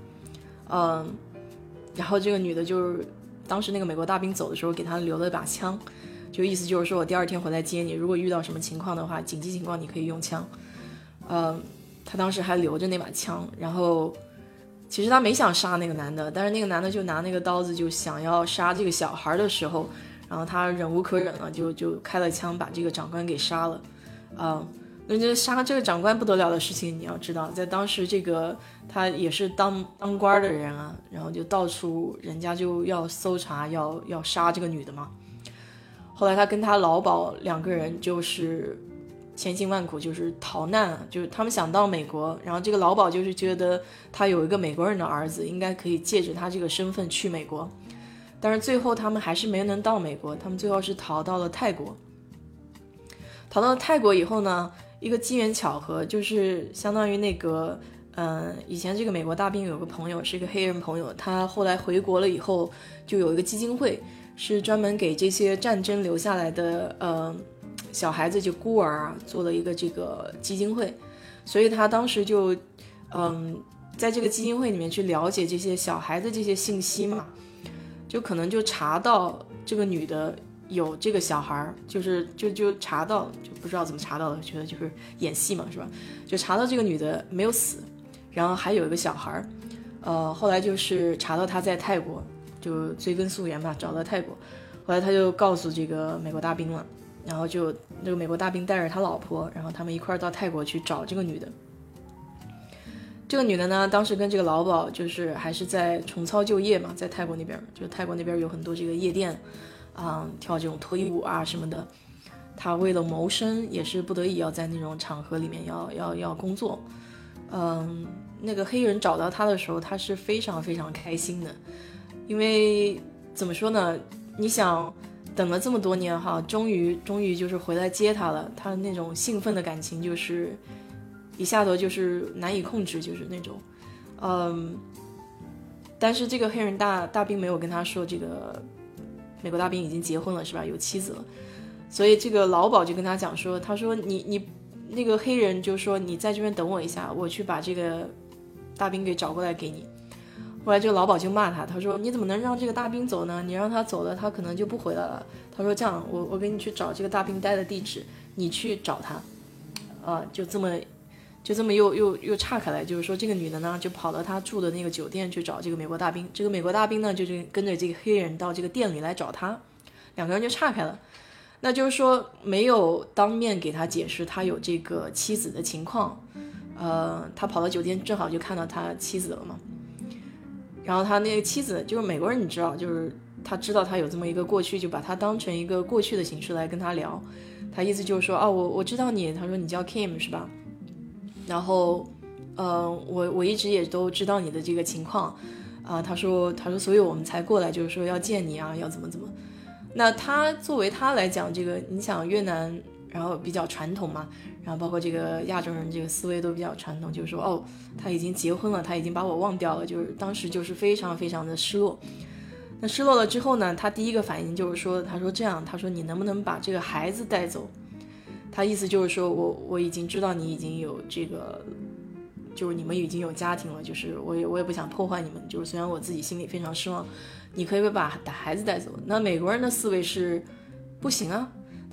然后这个女的就是当时那个美国大兵走的时候给他留了一把枪，就意思就是说我第二天回来接你，如果遇到什么情况的话，紧急情况你可以用枪。他当时还留着那把枪，然后其实他没想杀那个男的，但是那个男的就拿那个刀子就想要杀这个小孩的时候，然后他忍无可忍了，就开了枪把这个长官给杀了。那这杀这个长官不得了的事情，你要知道，在当时这个他也是当官的人啊，然后就到处人家就要搜查，要杀这个女的嘛。后来他跟他老鸨两个人就是千辛万苦就是逃难啊，就是他们想到美国，然后这个老鸨就是觉得他有一个美国人的儿子，应该可以借着他这个身份去美国，但是最后他们还是没能到美国，他们最后是逃到了泰国。逃到泰国以后呢，一个机缘巧合，就是相当于那个以前这个美国大兵有个朋友是一个黑人朋友，他后来回国了以后就有一个基金会，是专门给这些战争留下来的小孩子就孤儿啊做了一个这个基金会，所以他当时就在这个基金会里面去了解这些小孩的这些信息嘛，就可能就查到这个女的有这个小孩，就是就查到，就不知道怎么查到的，觉得就是演戏嘛，是吧？就查到这个女的没有死，然后还有一个小孩，后来就是查到她在泰国，就追根溯源吧，找到泰国，后来他就告诉这个美国大兵了，然后就这个美国大兵带着他老婆，然后他们一块到泰国去找这个女的。这个女的呢，当时跟这个老鸨就是还是在重操旧业嘛，在泰国那边，就泰国那边有很多这个夜店跳这种脱衣舞啊什么的，她为了谋生也是不得已要在那种场合里面要工作。那个黑人找到她的时候，她是非常非常开心的，因为怎么说呢，你想等了这么多年哈，终于就是回来接她了，她那种兴奋的感情就是一下子就是难以控制，就是那种但是这个黑人大兵没有跟他说这个美国大兵已经结婚了是吧，有妻子了，所以这个老鸨就跟他讲说，他说你那个黑人就说你在这边等我一下，我去把这个大兵给找过来给你。后来这个老鸨就骂他，他说你怎么能让这个大兵走呢，你让他走了他可能就不回来了。他说这样，我给你去找这个大兵待的地址，你去找他。就这么又岔开来，就是说这个女的呢就跑到她住的那个酒店去找这个美国大兵，这个美国大兵呢就跟着这个黑人到这个店里来找他，两个人就岔开了。那就是说没有当面给他解释他有这个妻子的情况，他跑到酒店正好就看到他妻子了嘛。然后他那个妻子就是美国人，你知道，就是他知道他有这么一个过去，就把他当成一个过去的形式来跟他聊。他意思就是说我知道你，他说你叫 Kim 是吧？然后我一直也都知道你的这个情况他说所以我们才过来，就是说要见你啊，要怎么。那他作为他来讲，这个你想越南然后比较传统嘛，然后包括这个亚洲人这个思维都比较传统，就是说他已经结婚了，他已经把我忘掉了，就是当时就是非常非常的失落。那失落了之后呢，他第一个反应就是说，他说这样，他说你能不能把这个孩子带走？他意思就是说我已经知道你已经有这个，就是你们已经有家庭了，就是我也不想破坏你们，就是虽然我自己心里非常失望，你可以把孩子带走。那美国人的思维是不行啊，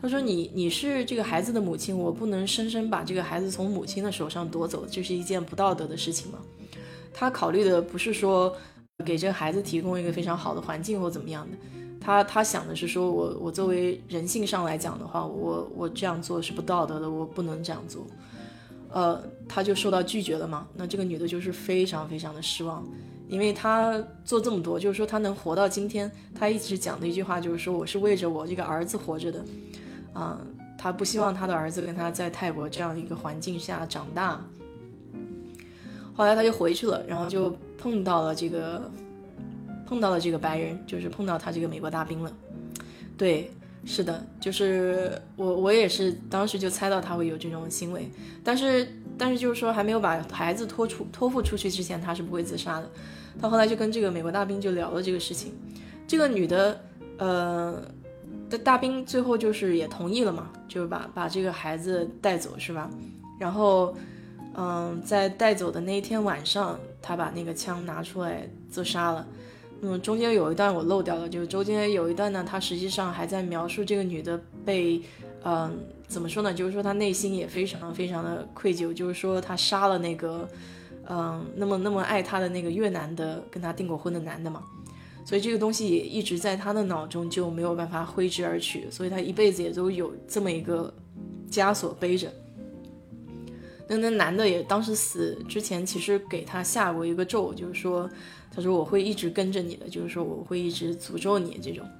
他说你是这个孩子的母亲，我不能生生把这个孩子从母亲的手上夺走，这是一件不道德的事情嘛。他考虑的不是说给这个孩子提供一个非常好的环境或怎么样的，他想的是说我作为人性上来讲的话，我这样做是不道德的，我不能这样做。他就受到拒绝了嘛。那这个女的就是非常非常的失望，因为她做这么多，就是说她能活到今天，她一直讲的一句话就是说我是为着我这个儿子活着的，她不希望她的儿子跟她在泰国这样一个环境下长大。后来她就回去了，然后就碰到了这个白人，就是碰到她这个美国大兵了。对，是的，就是我也是当时就猜到他会有这种行为，但是就是说还没有把孩子托付出去之前，他是不会自杀的。他后来就跟这个美国大兵就聊了这个事情，这个女的的大兵最后就是也同意了嘛，就把这个孩子带走，是吧？然后在带走的那一天晚上，他把那个枪拿出来自杀了。中间有一段我漏掉了，就是中间有一段呢，他实际上还在描述这个女的被怎么说呢，就是说她内心也非常非常的愧疚，就是说她杀了那个那么爱她的那个越南的跟她订过婚的男的嘛，所以这个东西也一直在她的脑中就没有办法挥之而去，所以她一辈子也都有这么一个枷锁背着。那男的也当时死之前其实给他下过一个咒，就是说他说我会一直跟着你的，就是说我会一直诅咒你这种。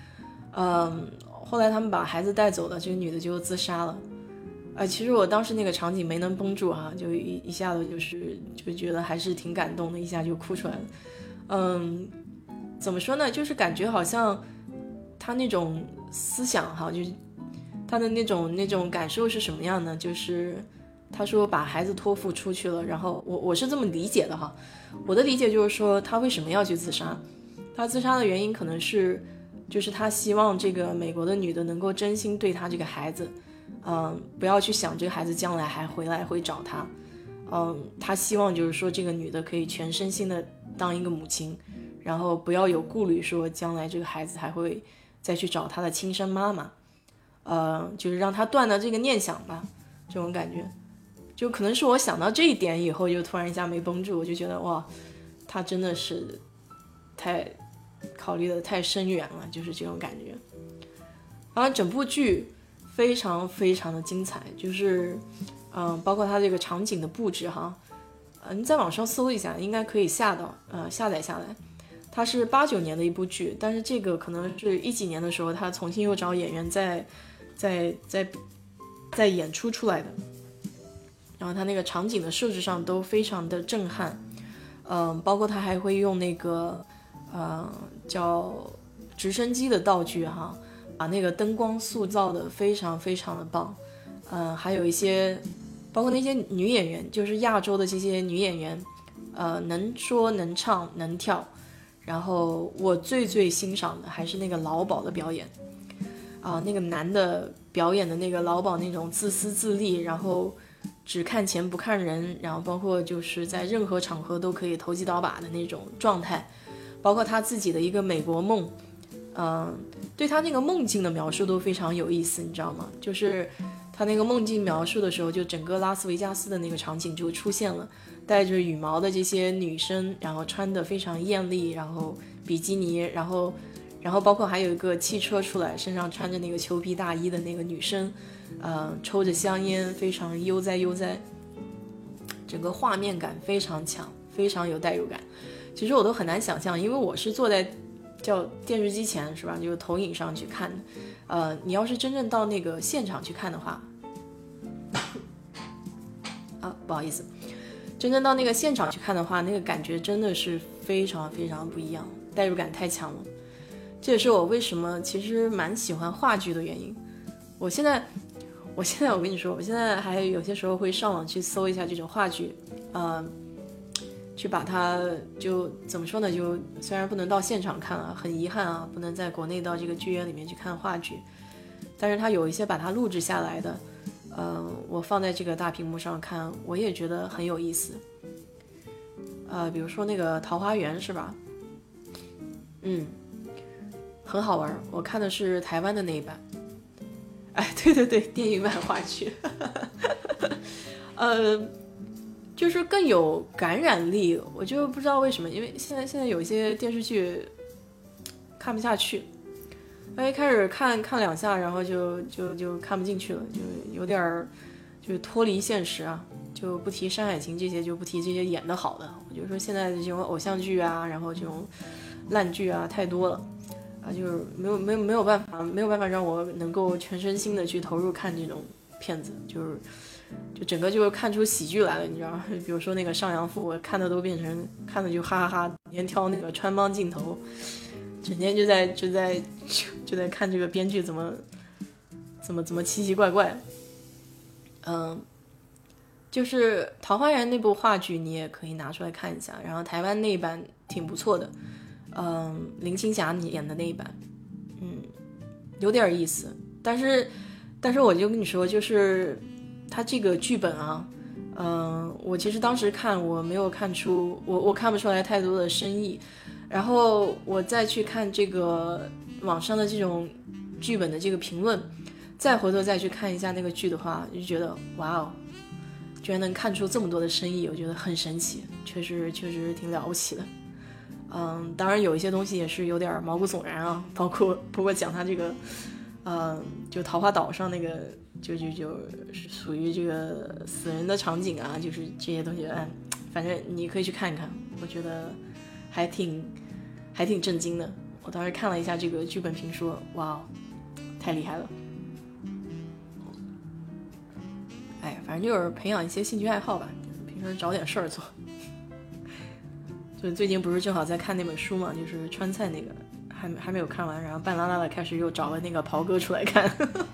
后来他们把孩子带走了，这个女的就自杀了。其实我当时那个场景没能绷住哈，就一下子就觉得还是挺感动的，一下就哭出来了。怎么说呢，就是感觉好像他那种思想哈，就是他的那种感受是什么样呢？就是他说把孩子托付出去了，然后我是这么理解的哈，我的理解就是说他为什么要去自杀？他自杀的原因可能是，就是他希望这个美国的女的能够真心对他这个孩子，不要去想这个孩子将来还回来会找他，他希望就是说这个女的可以全身心的当一个母亲，然后不要有顾虑说将来这个孩子还会再去找他的亲生妈妈，就是让他断了这个念想吧，这种感觉。就可能是我想到这一点以后，就突然一下没绷住，我就觉得哇，他真的是太考虑的太深远了，就是这种感觉。然后整部剧非常非常的精彩，就是包括它这个场景的布置哈，你在网上搜一下，应该可以下载下来。它是89年的一部剧，但是这个可能是10几年的时候，他重新又找演员在演出来的。然后它那个场景的设置上都非常的震撼，包括它还会用那个叫直升机的道具哈，把那个灯光塑造的非常非常的棒，还有一些包括那些女演员，就是亚洲的这些女演员，能说能唱能跳，然后我最欣赏的还是那个劳保的表演，那个男的表演的那个劳保那种自私自利，然后只看钱不看人，然后包括就是在任何场合都可以投机倒把的那种状态，包括他自己的一个美国梦，对他那个梦境的描述都非常有意思，你知道吗？就是他那个梦境描述的时候，就整个拉斯维加斯的那个场景就出现了，带着羽毛的这些女生，然后穿得非常艳丽，然后比基尼，然后包括还有一个汽车出来，身上穿着那个裘皮大衣的那个女生，抽着香烟，非常悠哉，整个画面感非常强，非常有代入感。其实我都很难想象，因为我是坐在叫电视机前是吧，就是投影上去看的。你要是真正到那个现场去看的话，不好意思，真正到那个现场去看的话，那个感觉真的是非常非常不一样，代入感太强了。这也是我为什么其实蛮喜欢话剧的原因。我现在我跟你说，我现在还有些时候会上网去搜一下这种话剧，去把它就怎么说呢，就虽然不能到现场看了，很遗憾啊，不能在国内到这个剧院里面去看话剧，但是它有一些把它录制下来的，我放在这个大屏幕上看，我也觉得很有意思。比如说那个《桃花源》是吧？很好玩，我看的是台湾的那一版。 哎，对对对，电影版话剧，就是更有感染力。我就不知道为什么，因为现在有一些电视剧看不下去，一开始看2下，然后就看不进去了，就有点就是脱离现实啊。就不提山海情这些，就不提这些演得好的。我就说现在的这种偶像剧啊，然后这种烂剧啊太多了啊，就是没有办法让我能够全身心的去投入看这种片子，就整个就看出喜剧来了，你知道吗？比如说那个上阳赋，我看的都变成看的就哈哈哈，整天挑那个穿帮镜头，整天就在看这个编剧怎么奇奇怪怪。就是《桃花源》那部话剧，你也可以拿出来看一下。然后台湾那一版挺不错的，林青霞演的那一版，有点意思。但是我就跟你说，就是他这个剧本啊，我其实当时看我没有看出，我看不出来太多的深意。然后我再去看这个网上的这种剧本的这个评论，再回头再去看一下那个剧的话，就觉得哇哦，居然能看出这么多的深意，我觉得很神奇，确实挺了不起的。当然有一些东西也是有点毛骨悚然啊，包括讲他这个，就桃花岛上那个，就属于这个死人的场景啊，就是这些东西，反正你可以去看一看，我觉得还挺震惊的。我当时看了一下这个剧本评说，哇，太厉害了。反正就是培养一些兴趣爱好吧，平时找点事儿做。就最近不是正好在看那本书嘛，就是川菜那个，还没有看完，然后半拉拉的开始又找了那个袍哥出来看。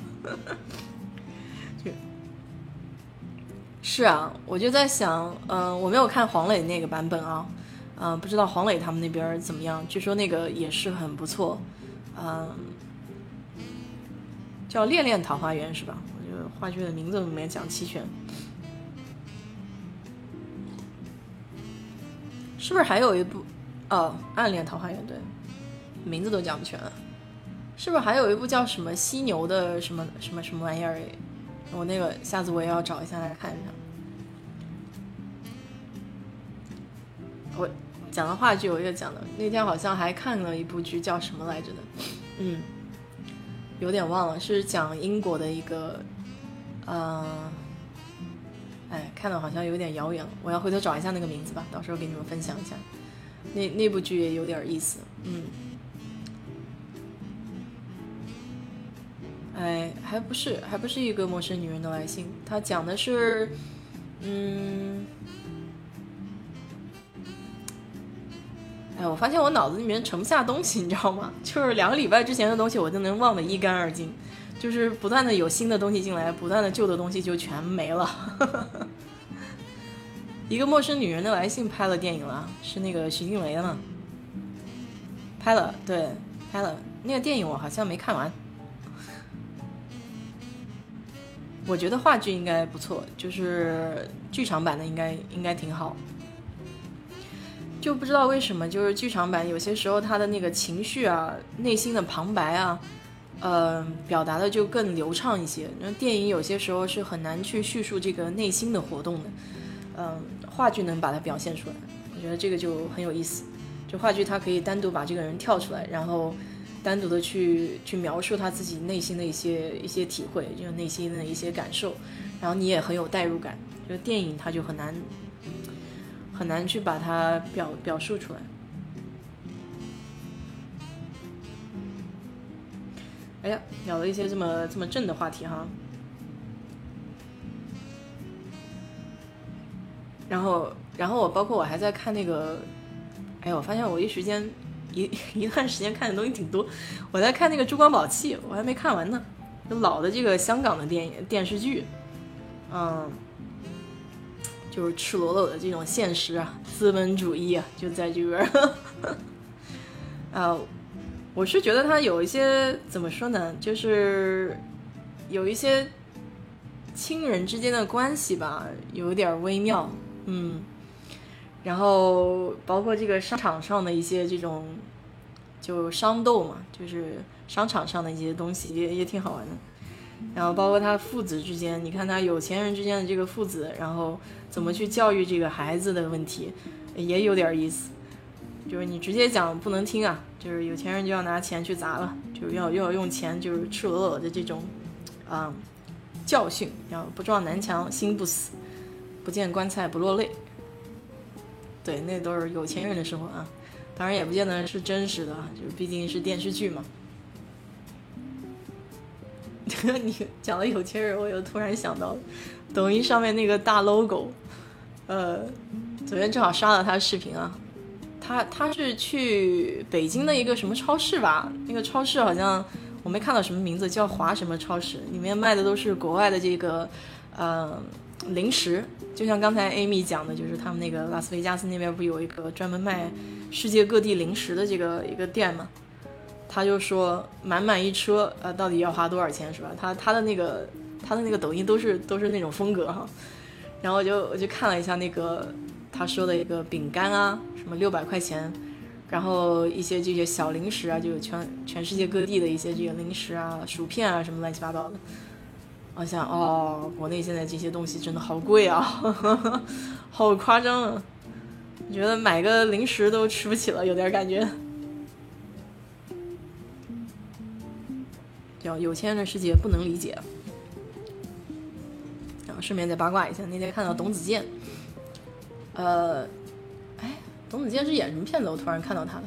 是啊，我就在想，我没有看黄磊那个版本啊，不知道黄磊他们那边怎么样，据说那个也是很不错，叫《恋恋桃花源》是吧？话剧的名字没讲齐全，是不是还有一部暗恋桃花源？对，名字都讲不全了。是不是还有一部叫什么犀牛的什么玩意儿？我那个下次我也要找一下来看一下。我讲的话剧，我也讲了，那天好像还看了一部剧，叫什么来着的？有点忘了，是讲英国的一个。看的好像有点遥远了，我要回头找一下那个名字吧，到时候给你们分享一下。那部剧也有点意思，还不是一个陌生女人的来信，它讲的是，我发现我脑子里面盛不下东西，你知道吗？就是2个礼拜之前的东西，我就能忘得一干二净。就是不断的有新的东西进来，不断的旧的东西就全没了。一个陌生女人的来信拍了电影了，是那个徐静蕾的吗？拍了，对，拍了。那个电影我好像没看完。我觉得话剧应该不错，就是剧场版的应该挺好。就不知道为什么，就是剧场版有些时候他的那个情绪啊，内心的旁白啊。表达的就更流畅一些。电影有些时候是很难去叙述这个内心的活动的，话剧能把它表现出来，我觉得这个就很有意思。就话剧它可以单独把这个人跳出来，然后单独的去描述他自己内心的一些体会，就是内心的一些感受，然后你也很有代入感。就电影它就很难去把它表述出来。哎呀，聊了一些这么正的话题哈，然后我包括我还在看那个，我发现我一段时间看的东西挺多，我在看那个《珠光宝气》，我还没看完呢，就老的这个香港的电视剧，就是赤裸裸的这种现实啊，资本主义啊，就在这边我是觉得他有一些怎么说呢，就是有一些亲人之间的关系吧，有点微妙，然后包括这个商场上的一些这种就商斗嘛，就是商场上的一些东西也挺好玩的。 然后包括他父子之间，你看他有钱人之间的这个父子，然后怎么去教育这个孩子的问题，也有点意思。就是你直接讲不能听啊，就是有钱人就要拿钱去砸了，就是要用钱，就是赤裸裸的这种教训，要不撞南墙心不死，不见棺材不落泪。对，那都是有钱人的生活啊，当然也不见得是真实的，就是毕竟是电视剧嘛。你讲了有钱人，我又突然想到抖音上面那个大 logo， 昨天正好刷了他的视频啊，他是去北京的一个什么超市吧，那个超市好像我没看到什么名字，叫华什么超市，里面卖的都是国外的这个零食，就像刚才 Amy 讲的，就是他们那个拉斯维加斯那边不有一个专门卖世界各地零食的这个一个店嘛，他就说满满一车，到底要花多少钱是吧？他的那个抖音都是那种风格哈。然后我就看了一下那个他说的一个饼干啊，什么600块钱，然后一些这些小零食啊，就有全世界各地的一些这个零食啊、薯片啊什么乱七八糟的。我想国内现在这些东西真的好贵啊，好夸张啊！我觉得买个零食都吃不起了，有点感觉。叫有钱人的世界不能理解。然后顺便再八卦一下，那天看到董子健，董子健是演什么片子？我突然看到他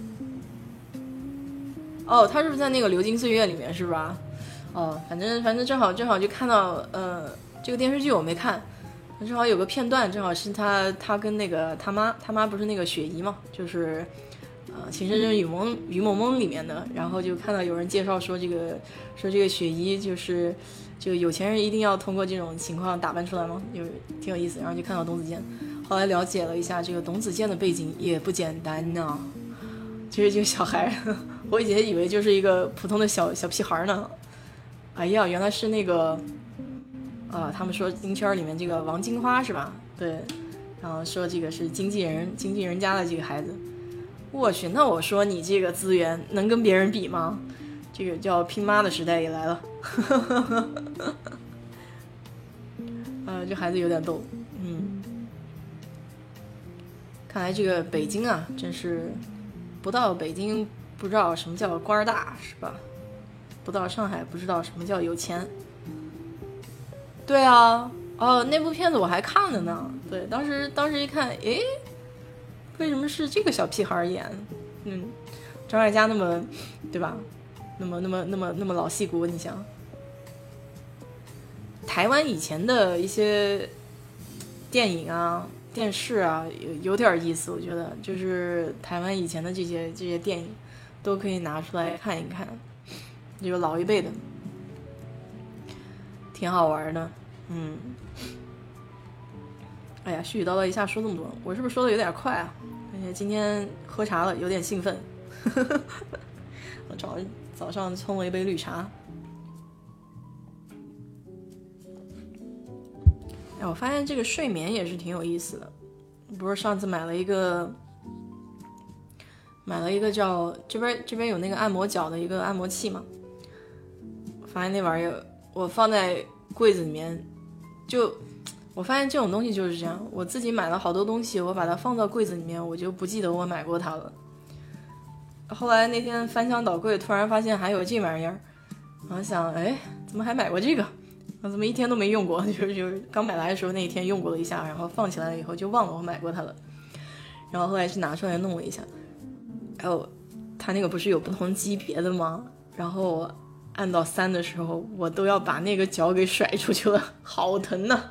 的。他是不是在那个《流金岁月》里面是吧？反正正好就看到，这个电视剧我没看，正好有个片段，正好是他跟那个他妈不是那个雪姨嘛，就是《情深深雨蒙蒙》里面的，然后就看到有人介绍说这个雪姨就是这个有钱人一定要通过这种情况打扮出来吗？挺有意思，然后就看到董子健，后来了解了一下这个董子健的背景也不简单呢，就是这个小孩，我以前以为就是一个普通的小屁孩呢。哎呀，原来是那个，他们说音圈里面这个王金花是吧？对，然后说这个是经纪人家的这个孩子。我去，那我说你这个资源能跟别人比吗？这个叫拼妈的时代也来了。这孩子有点逗，看来这个北京啊，真是不到北京不知道什么叫官大是吧？不到上海不知道什么叫有钱。对啊，那部片子我还看了呢。对，当时一看，为什么是这个小屁孩演？张艾嘉那么，对吧？那么老戏骨，你想，台湾以前的一些电影啊、电视啊，有点意思，我觉得就是台湾以前的这些电影，都可以拿出来看一看。这个老一辈的挺好玩的。哎呀，絮絮叨叨一下说这么多，我是不是说的有点快啊？而且今天喝茶了，有点兴奋。我早上冲了一杯绿茶。我发现这个睡眠也是挺有意思的。不是上次买了一个叫这边有那个按摩脚的一个按摩器嘛，发现那玩意儿我放在柜子里面，就我发现这种东西就是这样，我自己买了好多东西，我把它放到柜子里面，我就不记得我买过它了。后来那天翻箱倒柜，突然发现还有这玩意儿，然后想，怎么还买过这个？我怎么一天都没用过？就是刚买来的时候那一天用过了一下，然后放起来了以后就忘了我买过它了。然后后来是拿出来弄了一下，它那个不是有不同级别的吗？然后按到3的时候，我都要把那个脚给甩出去了，好疼呐！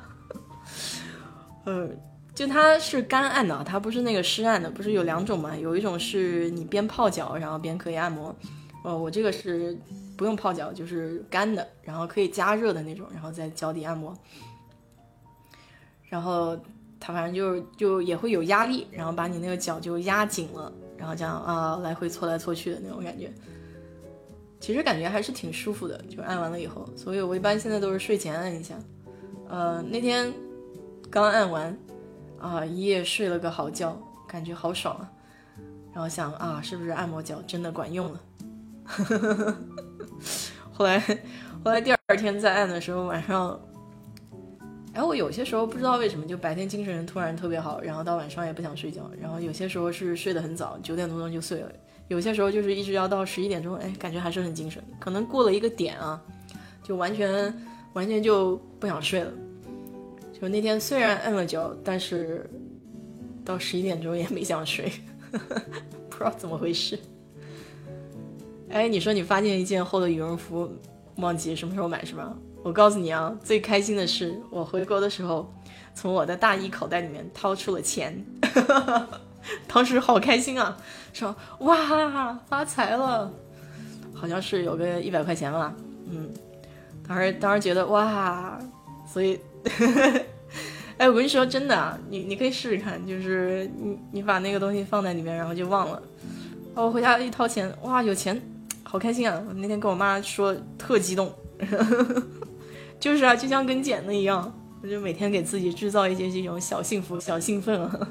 就它是干按的，它不是那个湿按的，不是有2种嘛？有一种是你边泡脚，然后边可以按摩。我这个是不用泡脚，就是干的，然后可以加热的那种，然后在脚底按摩。然后它反正就也会有压力，然后把你那个脚就压紧了，然后这样来回搓来搓去的那种感觉。其实感觉还是挺舒服的，就按完了以后，所以我一般现在都是睡前按一下。那天刚按完一夜睡了个好觉，感觉好爽啊。然后想是不是按摩脚真的管用了？后后来第二天再按的时候，晚上，我有些时候不知道为什么，就白天精神突然特别好，然后到晚上也不想睡觉，然后有些时候是睡得很早，9点多钟就睡了，有些时候就是一直要到11点钟，感觉还是很精神，可能过了一个点啊，就完全就不想睡了。就那天虽然摁了脚，但是到11点钟也没想睡，不知道怎么回事。你说你发现一件厚的羽绒服，忘记什么时候买是吧？我告诉你啊，最开心的是我回国的时候，从我的大衣口袋里面掏出了钱，当时好开心啊，说哇发财了，好像是有个100块钱吧，当时觉得哇，所以我跟你说真的啊，你可以试试看，就是你把那个东西放在里面，然后就忘了。我回家一掏钱，哇有钱，好开心啊！我那天跟我妈说特激动，就是啊，就像跟捡的一样，我就每天给自己制造一些这种小幸福、小兴奋啊。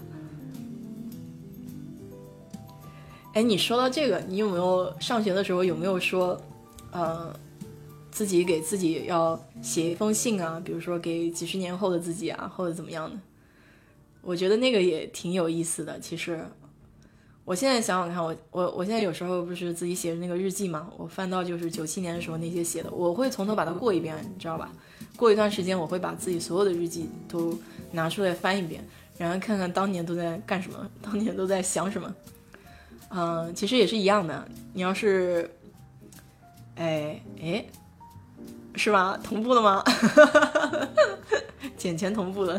你说到这个，你有没有上学的时候有没有说，自己给自己要写一封信啊，比如说给几十年后的自己啊，或者怎么样的？我觉得那个也挺有意思的。其实我现在想想看，我现在有时候不是自己写的那个日记嘛，我翻到就是97年的时候那些写的，我会从头把它过一遍，你知道吧？过一段时间我会把自己所有的日记都拿出来翻一遍，然后看看当年都在干什么，当年都在想什么。其实也是一样的，你要是是吧？同步了吗？捡钱同步的。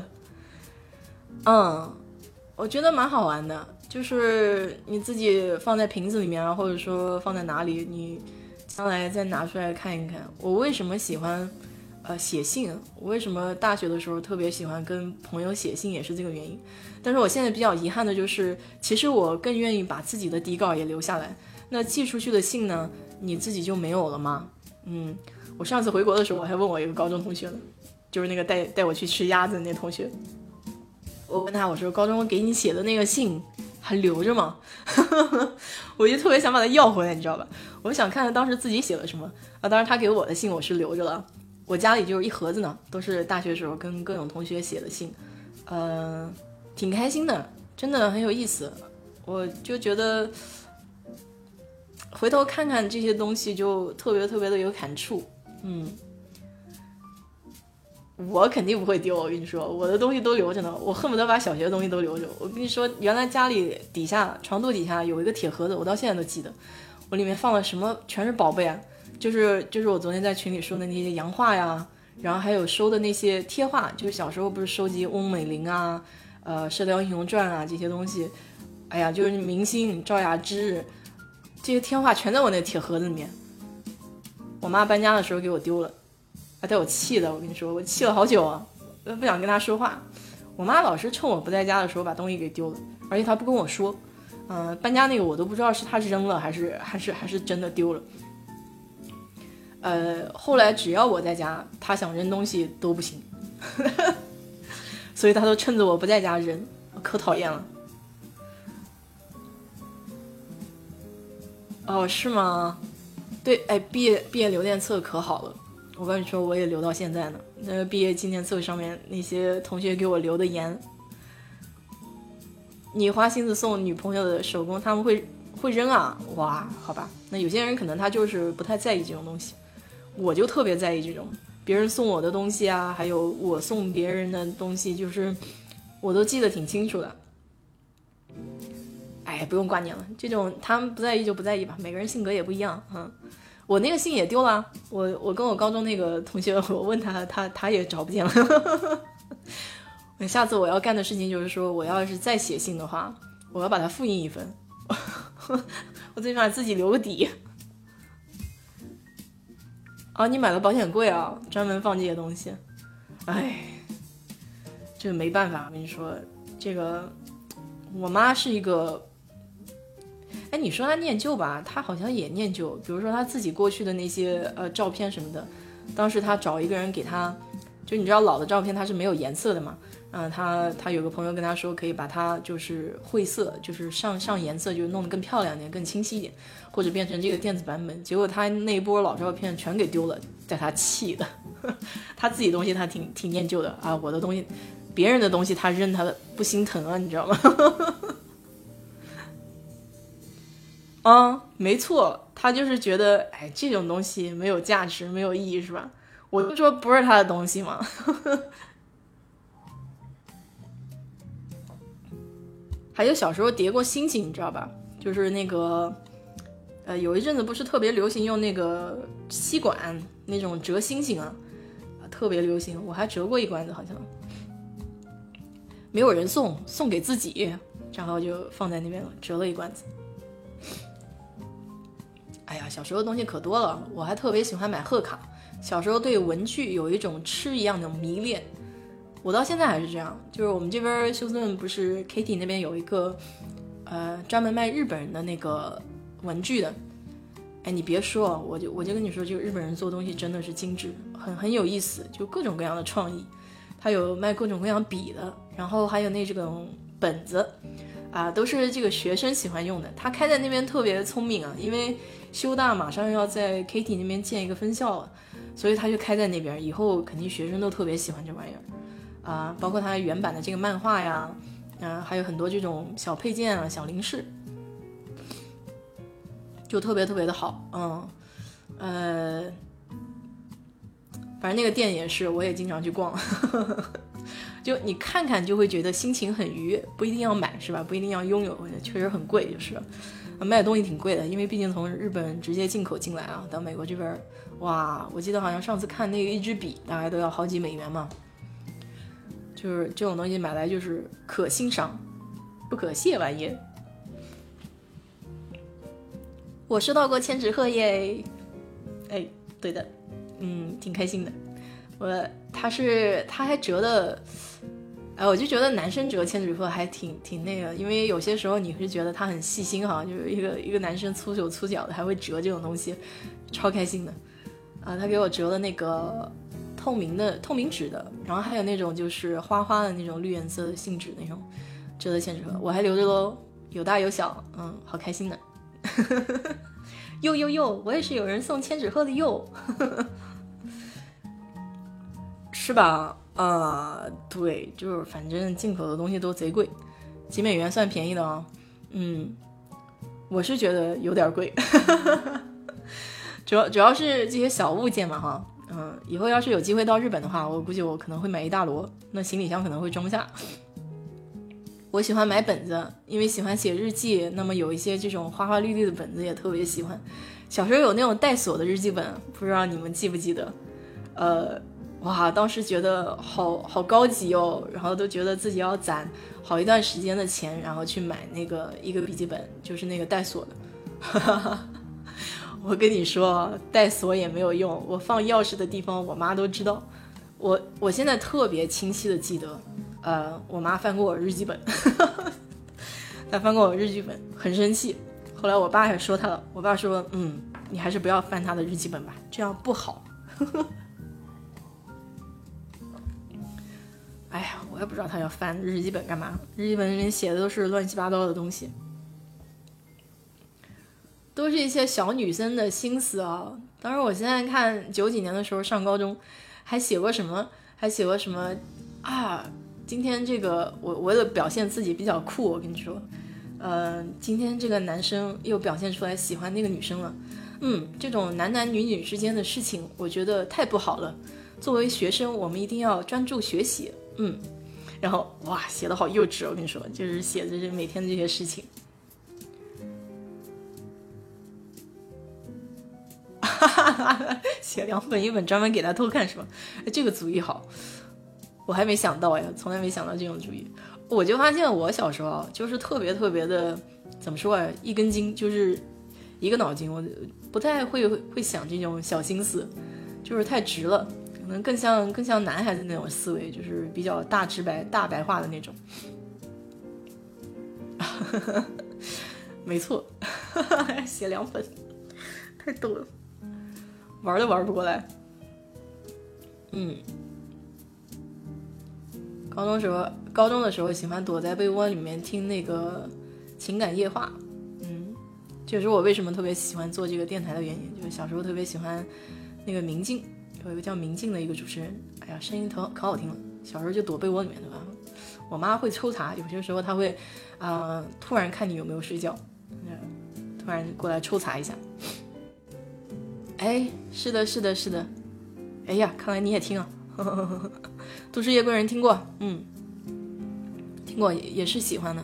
我觉得蛮好玩的，就是你自己放在瓶子里面啊，或者说放在哪里，你将来再拿出来看一看。我为什么喜欢写信？我为什么大学的时候特别喜欢跟朋友写信，也是这个原因。但是我现在比较遗憾的就是，其实我更愿意把自己的底稿也留下来。那寄出去的信呢，你自己就没有了吗？我上次回国的时候，我还问我一个高中同学呢，就是那个带我去吃鸭子的那同学。我问他，我说高中我给你写的那个信还留着吗？我就特别想把它要回来，你知道吧？我想看看当时自己写了什么啊。当然他给我的信我是留着了，我家里就是一盒子呢，都是大学时候跟各种同学写的信，挺开心的，真的很有意思。我就觉得回头看看这些东西就特别特别的有感触。我肯定不会丢，我跟你说，我的东西都留着呢，我恨不得把小学的东西都留着。我跟你说，原来家里底下床头底下有一个铁盒子，我到现在都记得，我里面放了什么全是宝贝啊，就是我昨天在群里说的那些洋画呀，然后还有收的那些贴画，就是小时候不是收集翁美玲啊、射雕英雄传啊这些东西，就是明星赵雅芝这些贴画全在我那铁盒子里面。我妈搬家的时候给我丢了，带我气的，我跟你说，我气了好久啊，不想跟她说话。我妈老是趁我不在家的时候把东西给丢了，而且她不跟我说。搬家那个我都不知道是她扔了还是真的丢了。后来只要我在家，她想扔东西都不行，所以她都趁着我不在家扔，可讨厌了。哦，是吗？对，毕业留念册可好了。我跟你说，我也留到现在呢。那个毕业纪念册上面那些同学给我留的言，你花心思送女朋友的手工，他们会扔啊？哇，好吧，那有些人可能他就是不太在意这种东西，我就特别在意这种别人送我的东西啊，还有我送别人的东西，就是我都记得挺清楚的。不用挂念了，这种他们不在意就不在意吧，每个人性格也不一样。我那个信也丢了，我跟我高中那个同学，我问他也找不见了。下次我要干的事情就是说，我要是再写信的话，我要把它复印一份，我最起码自己留个底。你买了保险柜啊，专门放这些东西。这个没办法，我跟你说，这个我妈是一个。你说他念旧吧，他好像也念旧。比如说他自己过去的那些照片什么的，当时他找一个人给他就你知道老的照片它是没有颜色的嘛，他有个朋友跟他说可以把它就是绘色，就是上颜色，就弄得更漂亮一点，更清晰一点，或者变成这个电子版本。结果他那一波老照片全给丢了，在他气的。他自己东西他挺念旧的啊，我的东西，别人的东西他扔他的不心疼啊，你知道吗？没错，他就是觉得哎这种东西没有价值，没有意义是吧？我就说不是他的东西嘛。还有小时候叠过星星，你知道吧？就是那个，有一阵子不是特别流行用那个吸管那种折星星啊，特别流行。我还折过一罐子，好像没有人送给自己，然后就放在那边了，折了一罐子。哎呀，小时候的东西可多了，我还特别喜欢买贺卡。小时候对文具有一种吃一样的迷恋。我到现在还是这样，就是我们这边休斯顿不是 Katy 那边有一个专门卖日本人的那个文具的。哎，你别说，我就跟你说，这个日本人做东西真的是精致，很有意思，就各种各样的创意。他有卖各种各样笔的，然后还有那种本子都是这个学生喜欢用的。他开在那边特别聪明啊，因为修大马上要在 Katy 那边建一个分校了，所以他就开在那边，以后肯定学生都特别喜欢这玩意儿。包括它原版的这个漫画呀，还有很多这种小配件啊、小零食，就特别特别的好。反正那个店也是，我也经常去逛。就你看看就会觉得心情很愉悦，不一定要买是吧？不一定要拥有，确实很贵，就是卖的东西挺贵的，因为毕竟从日本直接进口进来啊，到美国这边，哇，我记得好像上次看那个一支笔大概都要好几美元嘛。就是这种东西买来就是可欣赏不可谢玩意。我收到过千纸鹤耶，哎，对的，挺开心的。他还折的，我就觉得男生折千纸鹤还挺那个，因为有些时候你是觉得他很细心哈，就是一个男生粗手粗脚的还会折这种东西，超开心的。他给我折了那个透明纸的，然后还有那种就是花花的那种绿颜色的信纸那种折的千纸鹤，我还留着咯，有大有小，好开心的。哟，我也是有人送千纸鹤的哟。是吧？对，就是反正进口的东西都贼贵，几美元算便宜的哦。我是觉得有点贵。主要是这些小物件嘛哈。以后要是有机会到日本的话，我估计我可能会买一大摞，那行李箱可能会装不下。我喜欢买本子，因为喜欢写日记，那么有一些这种花花绿绿的本子也特别喜欢。小时候有那种带锁的日记本，不知道你们记不记得？哇，当时觉得好高级哦，然后都觉得自己要攒好一段时间的钱，然后去买那个一个笔记本，就是那个带锁的。我跟你说，带锁也没有用，我放钥匙的地方我妈都知道。我现在特别清晰的记得，我妈翻过我日记本。她翻过我日记本，很生气。后来我爸还说她了，我爸说，你还是不要翻她的日记本吧，这样不好。哎呀，我也不知道他要翻日记本干嘛，日记本里面写的都是乱七八糟的东西，都是一些小女生的心思啊。当然我现在看90几年的时候上高中还写过什么啊，今天这个我为了表现自己比较酷，我跟你说，今天这个男生又表现出来喜欢那个女生了，这种男女之间的事情我觉得太不好了，作为学生我们一定要专注学习。然后哇，写的好幼稚，我跟你说，就是写着每天的这些事情。写2本，一本专门给他偷看是吧？这个主意好，我还没想到呀，从来没想到这种主意。我就发现我小时候就是特别特别的，怎么说啊，一根筋，就是一个脑筋，我不太会想这种小心思，就是太直了。可能更像男孩子那种思维，就是比较大直白、大白话的那种。没错，写2本，太逗了，玩都玩不过来。 高中的时候喜欢躲在被窝里面听那个情感夜话，这是我为什么特别喜欢做这个电台的原因。就是小时候特别喜欢那个明镜，有一个叫明镜的一个主持人，哎呀，声音可好听了。小时候就躲被窝里面，对吧？我妈会抽查，有些时候她会突然看你有没有睡觉，突然过来抽查一下。哎，是的，哎呀，看来你也听啊。都市夜归人听过，听过，也是喜欢的，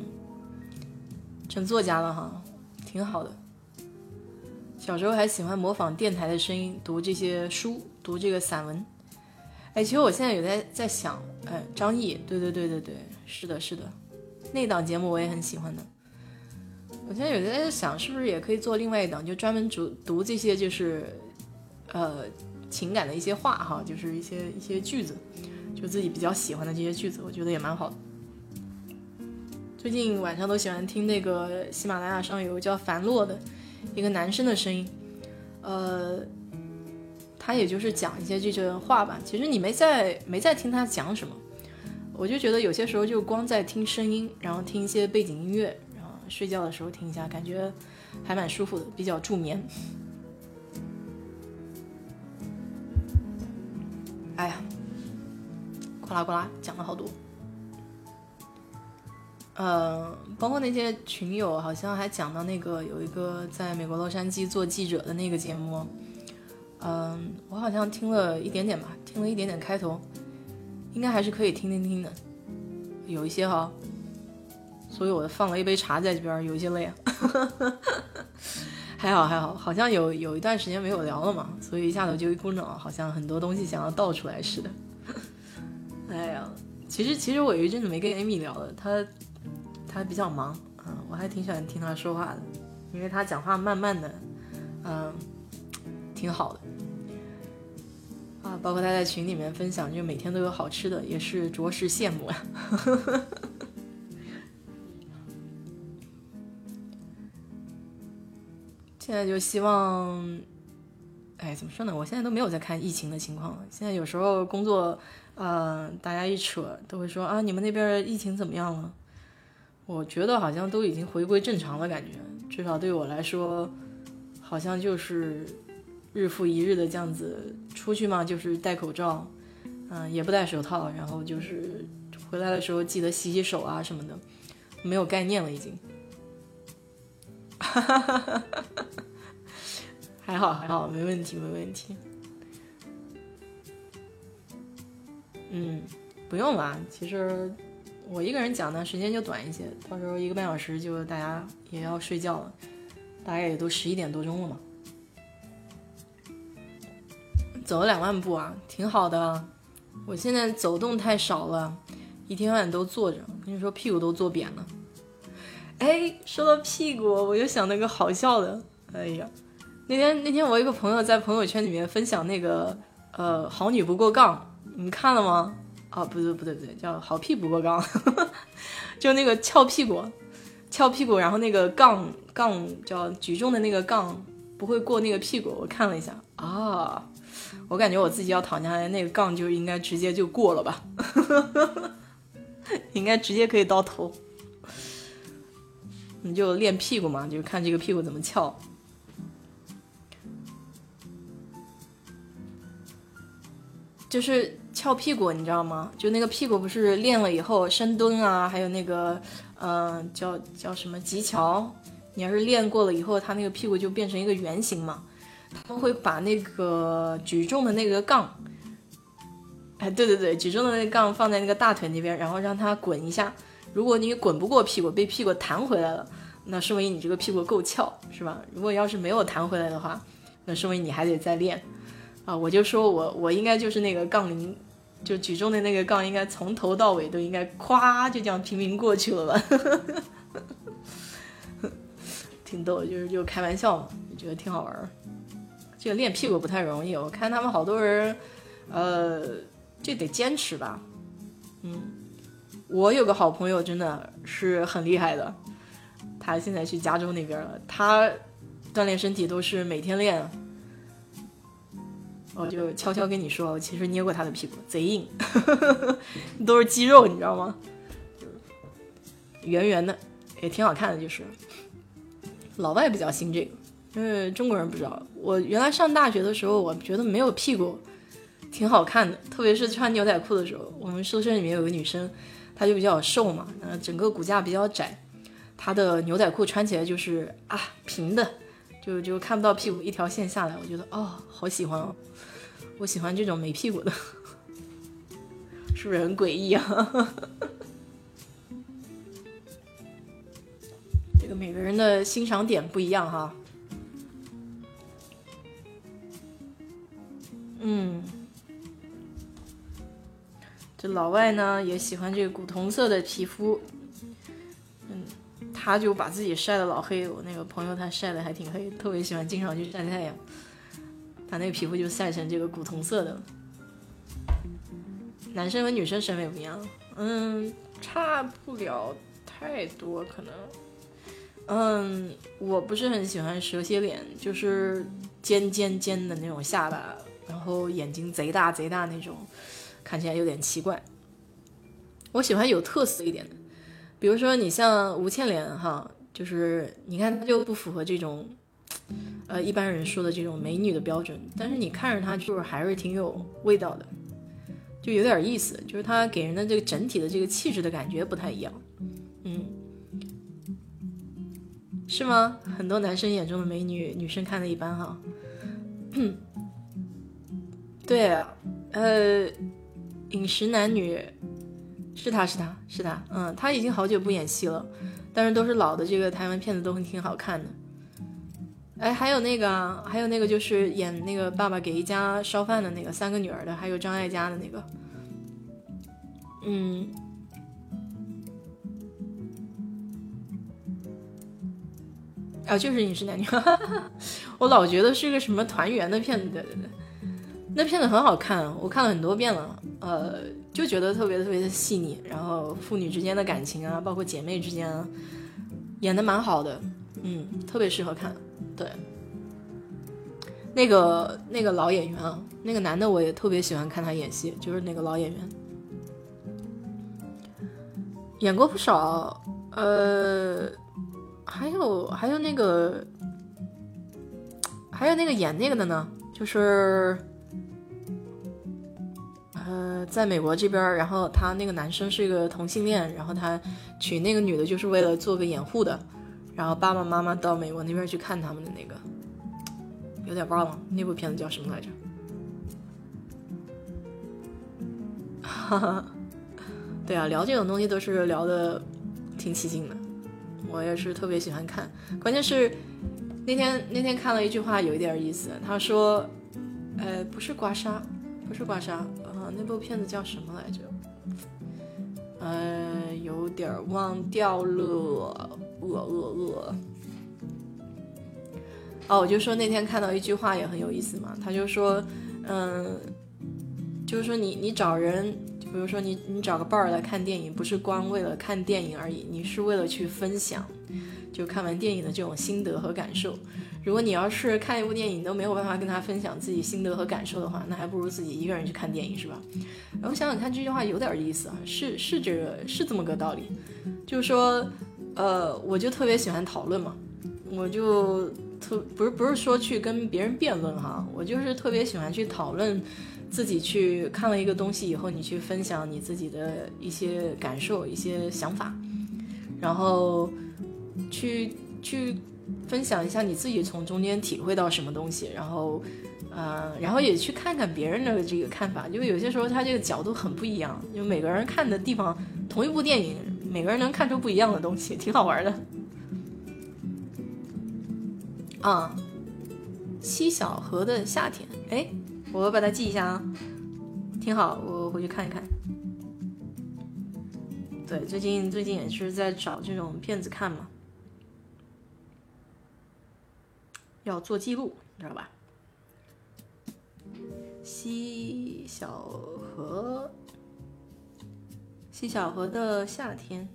成作家了哈，挺好的。小时候还喜欢模仿电台的声音，读这些书，读这个散文。哎，其实我现在有在想，张译，对，是的，那档节目我也很喜欢的。我现在有在想，是不是也可以做另外一档，就专门读这些就是情感的一些话哈，就是一些句子，就自己比较喜欢的这些句子，我觉得也蛮好的。最近晚上都喜欢听那个喜马拉雅上有个叫樊洛的一个男生的声音，他也就是讲一些这种话吧。其实你没在听他讲什么，我就觉得有些时候就光在听声音，然后听一些背景音乐，然后睡觉的时候听一下，感觉还蛮舒服的，比较助眠。哎呀，呱啦呱啦讲了好多。包括那些群友好像还讲到那个有一个在美国洛杉矶做记者的那个节目，我好像听了一点点吧，听了一点点开头，应该还是可以听的，有一些哈，所以我放了一杯茶在这边，有一些累啊。还好，好像有一段时间没有聊了嘛，所以一下子就一股脑，好像很多东西想要倒出来似的。哎呀，其实我有一阵子没跟 Amy 聊了，他比较忙，我还挺喜欢听他说话的，因为他讲话慢慢的，挺好的啊。包括他在群里面分享，就每天都有好吃的，也是着实羡慕啊。现在就希望，怎么说呢？我现在都没有在看疫情的情况了。现在有时候工作，大家一扯都会说啊，你们那边疫情怎么样了？我觉得好像都已经回归正常的感觉，至少对我来说，好像就是日复一日的这样子出去嘛，就是戴口罩，也不戴手套，然后就是回来的时候记得洗洗手啊什么的，没有概念了已经。还好，没问题。不用啦，其实我一个人讲呢，时间就短一些，到时候1个半小时就大家也要睡觉了，大概也都11点多钟了嘛。走了2万步啊，挺好的。我现在走动太少了，一天晚都坐着，我跟你说屁股都坐扁了。哎，说到屁股，我就想那个好笑的。哎呀，那天我一个朋友在朋友圈里面分享那个好女不过杠，你们看了吗？啊，不对，叫好屁不过杠，就那个翘屁股，然后那个杠叫举重的那个杠不会过那个屁股，我看了一下啊，我感觉我自己要躺下来，那个杠就应该直接就过了吧，应该直接可以到头。你就练屁股嘛，就看这个屁股怎么翘。就是翘屁股，你知道吗？就那个屁股不是练了以后深蹲啊，还有那个叫什么极桥，你要是练过了以后，它那个屁股就变成一个圆形嘛。他们会把那个举重的那个杠，对，举重的那个杠放在那个大腿那边，然后让它滚一下。如果你滚不过屁股，被屁股弹回来了，那说明你这个屁股够翘，是吧？如果要是没有弹回来的话，那说明你还得再练啊。我就说我应该就是那个杠铃，就举重的那个杠，应该从头到尾都应该咵就这样平民过去了吧。挺逗，就开玩笑嘛，就觉得挺好玩。这个练屁股不太容易，我看他们好多人这得坚持吧。我有个好朋友真的是很厉害的，他现在去加州那边了，他锻炼身体都是每天练， 我就悄悄跟你说，我其实捏过他的屁股，贼硬，都是肌肉，你知道吗？圆圆的，也挺好看的，就是。老外比较兴这个，因为中国人不知道。我原来上大学的时候，我觉得没有屁股挺好看的，特别是穿牛仔裤的时候。我们宿舍里面有个女生，她就比较瘦嘛，整个骨架比较窄，她的牛仔裤穿起来就是平的，就看不到屁股，一条线下来。我觉得好喜欢哦，我喜欢这种没屁股的，是不是很诡异啊？这个每个人的欣赏点不一样哈。这老外呢也喜欢这个古铜色的皮肤，他就把自己晒得老黑。我那个朋友他晒得还挺黑，特别喜欢经常去晒太阳，他那个皮肤就晒成这个古铜色的。男生和女生审美不一样，差不了太多可能。我不是很喜欢蛇蝎脸，就是尖的那种下巴，然后眼睛贼大那种，看起来有点奇怪。我喜欢有特色一点的，比如说你像吴倩莲哈，就是你看她就不符合这种一般人说的这种美女的标准，但是你看着她就是还是挺有味道的，就有点意思，就是她给人的这个整体的这个气质的感觉不太一样。是吗？很多男生眼中的美女，女生看的一般哈。对啊，饮食男女是他，他已经好久不演戏了，但是都是老的这个台湾片子都挺好看的。还有那个就是演那个爸爸给一家烧饭的那个3个女儿的，还有张艾嘉的那个，就是饮食男女，我老觉得是个什么团圆的片子，对，那片子很好看，我看了很多遍了，就觉得特别的细腻，然后父女之间的感情啊，包括姐妹之间啊，演得蛮好的，特别适合看。对，那个老演员啊，那个男的我也特别喜欢看他演戏，就是那个老演员，演过不少，还有那个演那个的呢，就是在美国这边，然后他那个男生是一个同性恋，然后他娶那个女的就是为了做个掩护的，然后爸爸妈妈到美国那边去看他们的那个，有点忘了那部片子叫什么来着。对啊，聊这种东西都是聊的挺起劲的，我也是特别喜欢看。关键是那天看了一句话有一点意思，他说不是刮痧，那部片子叫什么来着？有点忘掉了，我就说那天看到一句话也很有意思嘛，他就说就是说你找人，就比如说你找个伴儿来看电影，不是光为了看电影而已，你是为了去分享就看完电影的这种心得和感受。如果你要是看一部电影都没有办法跟他分享自己心得和感受的话，那还不如自己一个人去看电影，是吧？然后想想看这句话有点意思啊，是这么个道理。就是说我就特别喜欢讨论嘛，我就不是说去跟别人辩论哈，我就是特别喜欢去讨论，自己去看了一个东西以后，你去分享你自己的一些感受、一些想法，然后去分享一下你自己从中间体会到什么东西，然后也去看看别人的这个看法，就有些时候他这个角度很不一样，就每个人看的地方，同一部电影，每个人能看出不一样的东西，挺好玩的。西小河的夏天，我把它记一下啊，挺好，我回去看一看。对，最近也是在找这种片子看嘛，要做记录，你知道吧？西小河的夏天。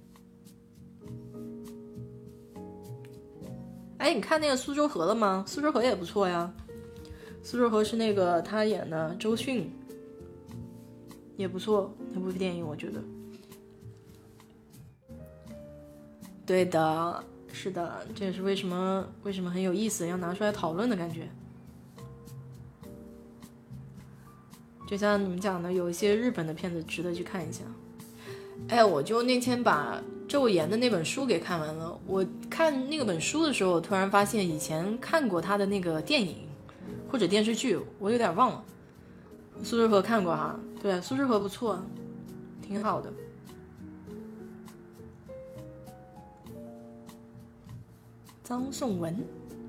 你看那个苏州河了吗？苏州河也不错呀。 苏州河是那个他演的周迅，也不错，那部电影我觉得。对的，是的，这也是为什么很有意思，要拿出来讨论的感觉。就像你们讲的，有一些日本的片子值得去看一下。哎，我就那天把昼颜的那本书给看完了。我看那本书的时候，我突然发现以前看过他的那个电影或者电视剧，我有点忘了。苏州河看过哈，对，苏州河不错，挺好的。张颂文，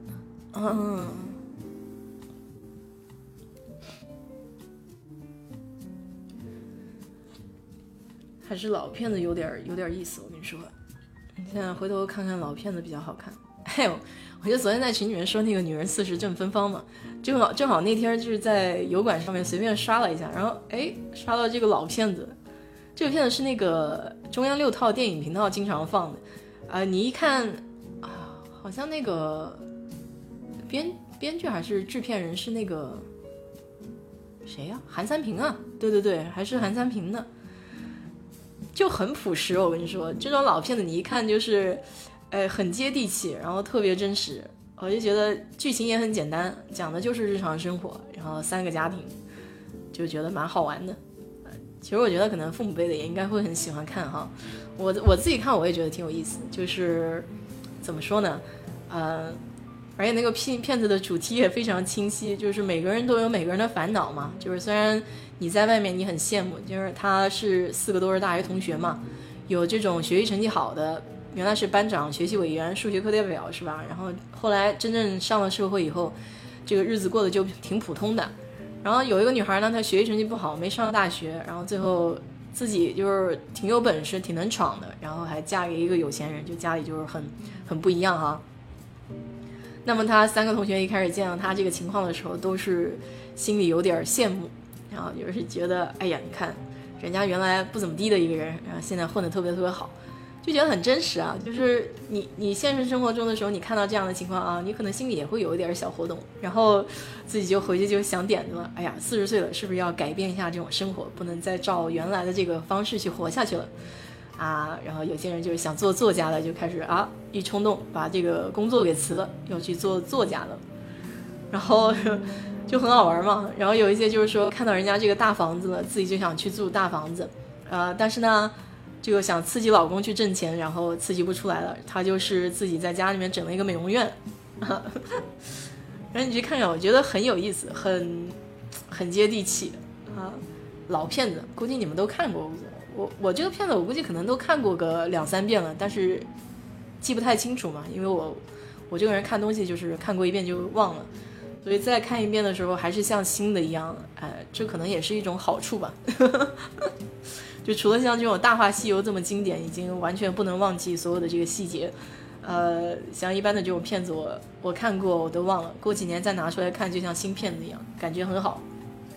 还是老片子有点意思。我跟你说，你现在回头看看老片子比较好看。哎呦，我就昨天在群里面说那个女人40正芬芳嘛，正好那天就是在油管上面随便刷了一下，然后刷到这个老片子。这个片子是那个中央6套电影频道经常放的，你一看啊，好像那个编剧还是制片人是那个谁呀？韩三平啊，对，还是韩三平的。就很朴实，我跟你说，这种老片子你一看就是，很接地气，然后特别真实。我就觉得剧情也很简单，讲的就是日常生活，然后3个家庭，就觉得蛮好玩的。其实我觉得可能父母辈的也应该会很喜欢看哈。我自己看我也觉得挺有意思，就是怎么说呢，而且那个片子的主题也非常清晰，就是每个人都有每个人的烦恼嘛。就是虽然你在外面你很羡慕，就是他是4个都是大学同学嘛，有这种学习成绩好的，原来是班长、学习委员、数学课代表是吧？然后后来真正上了社会以后，这个日子过得就挺普通的。然后有一个女孩呢，她学习成绩不好，没上大学，然后最后自己就是挺有本事、挺能闯的，然后还嫁给一个有钱人，就家里就是很不一样哈。那么他3个同学一开始见到他这个情况的时候，都是心里有点羡慕，然后就是觉得，哎呀，你看人家原来不怎么地的一个人，然后现在混得特别特别好，就觉得很真实啊。就是你现实生活中的时候，你看到这样的情况啊，你可能心里也会有一点小活动，然后自己就回去就想点子了，哎呀，40岁了，是不是要改变一下这种生活，不能再照原来的这个方式去活下去了啊？然后有些人就是想做作家的，就开始一冲动把这个工作给辞了，要去做作家了，然后就很好玩嘛。然后有一些就是说看到人家这个大房子了，自己就想去住大房子，但是呢这个想刺激老公去挣钱，然后刺激不出来了，他就是自己在家里面整了一个美容院然后你去看看，我觉得很有意思，很接地气啊。老片子估计你们都看过，我这个片子我估计可能都看过个2-3遍了，但是记不太清楚嘛，因为我这个人看东西就是看过一遍就忘了，所以再看一遍的时候还是像新的一样，这可能也是一种好处吧就除了像这种《大话西游》这么经典，已经完全不能忘记所有的这个细节，像一般的这种片子我看过我都忘了，过几年再拿出来看就像新片子一样，感觉很好。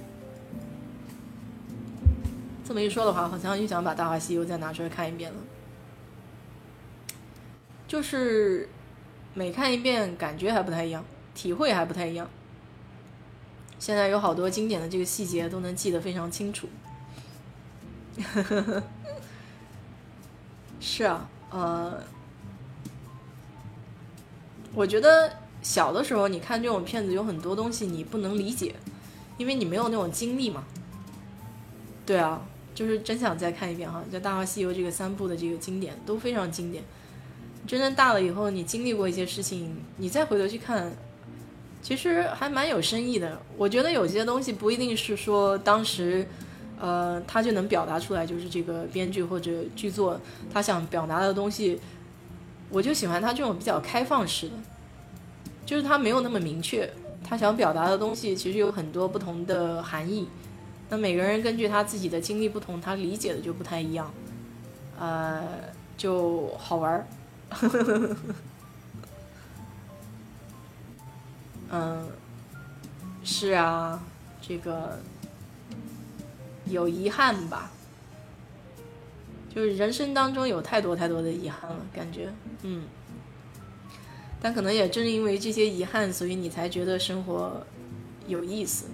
这么一说的话，好像又想把《大话西游》再拿出来看一遍了，就是每看一遍感觉还不太一样，体会还不太一样。现在有好多经典的这个细节都能记得非常清楚是啊，我觉得小的时候你看这种片子有很多东西你不能理解，因为你没有那种经历嘛。对啊，就是真想再看一遍哈，就《大话西游》这个3部的这个经典都非常经典。真正大了以后，你经历过一些事情，你再回头去看，其实还蛮有深意的。我觉得有些东西不一定是说当时他就能表达出来，就是这个编剧或者剧作他想表达的东西，我就喜欢他这种比较开放式的，就是他没有那么明确，他想表达的东西其实有很多不同的含义，那每个人根据他自己的经历不同，他理解的就不太一样，就好玩是啊，这个有遗憾吧，就是人生当中有太多太多的遗憾了，感觉但可能也正因为这些遗憾，所以你才觉得生活有意思。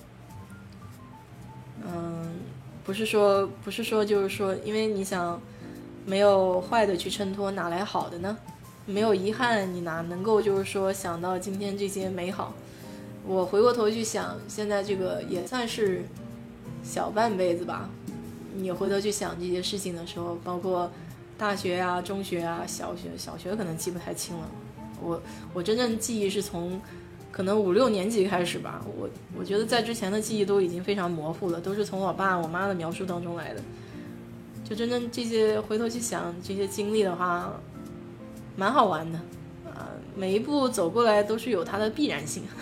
不是说就是说，因为你想没有坏的去衬托，哪来好的呢？没有遗憾，你哪能够就是说想到今天这些美好？我回过头去想，现在这个也算是小半辈子吧。你回头去想这些事情的时候，包括大学啊、中学啊、小学可能记不太清了。我真正记忆是从可能5、6年级开始吧。我觉得在之前的记忆都已经非常模糊了，都是从我爸我妈的描述当中来的。就真正这些回头去想这些经历的话，蛮好玩的啊，每一步走过来都是有它的必然性。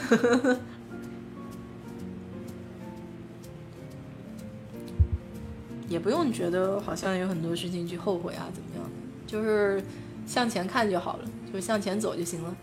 也不用觉得好像有很多事情去后悔啊怎么样的，就是向前看就好了，就是向前走就行了。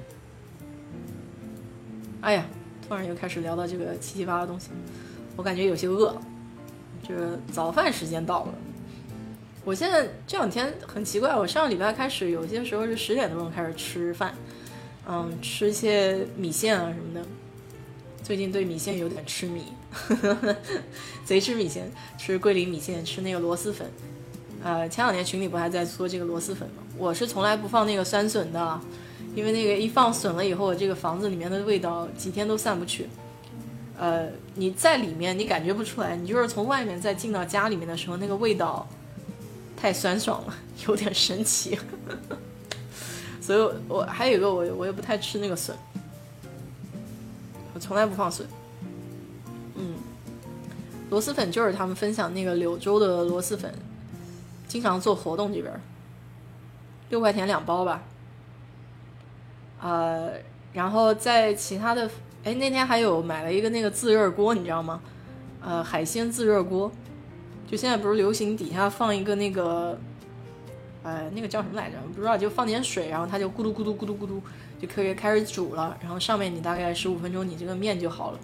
哎呀，突然又开始聊到这个七七八八的东西，我感觉有些饿了，就是早饭时间到了。我现在这2天很奇怪，我上个礼拜开始有些时候是10点多钟开始吃饭，吃一些米线啊什么的。最近对米线有点痴迷，贼吃米线，吃桂林米线，吃那个螺蛳粉。前2年群里不还在做这个螺蛳粉吗？我是从来不放那个酸笋的，因为那个一放笋了以后，这个房子里面的味道几天都散不去。你在里面你感觉不出来，你就是从外面再进到家里面的时候，那个味道太酸爽了，有点神奇。所以我还有一个我也不太吃那个笋，我从来不放笋。螺蛳粉就是他们分享那个柳州的螺蛳粉，经常做活动，这边6块钱2包吧。然后在其他的，那天还有买了一个那个自热锅，你知道吗？海鲜自热锅，就现在不是流行底下放一个那个，那个叫什么来着？不知道，就放点水，然后它就咕噜咕噜咕噜咕噜就可以开始煮了，然后上面你大概15分钟，你这个面就好了。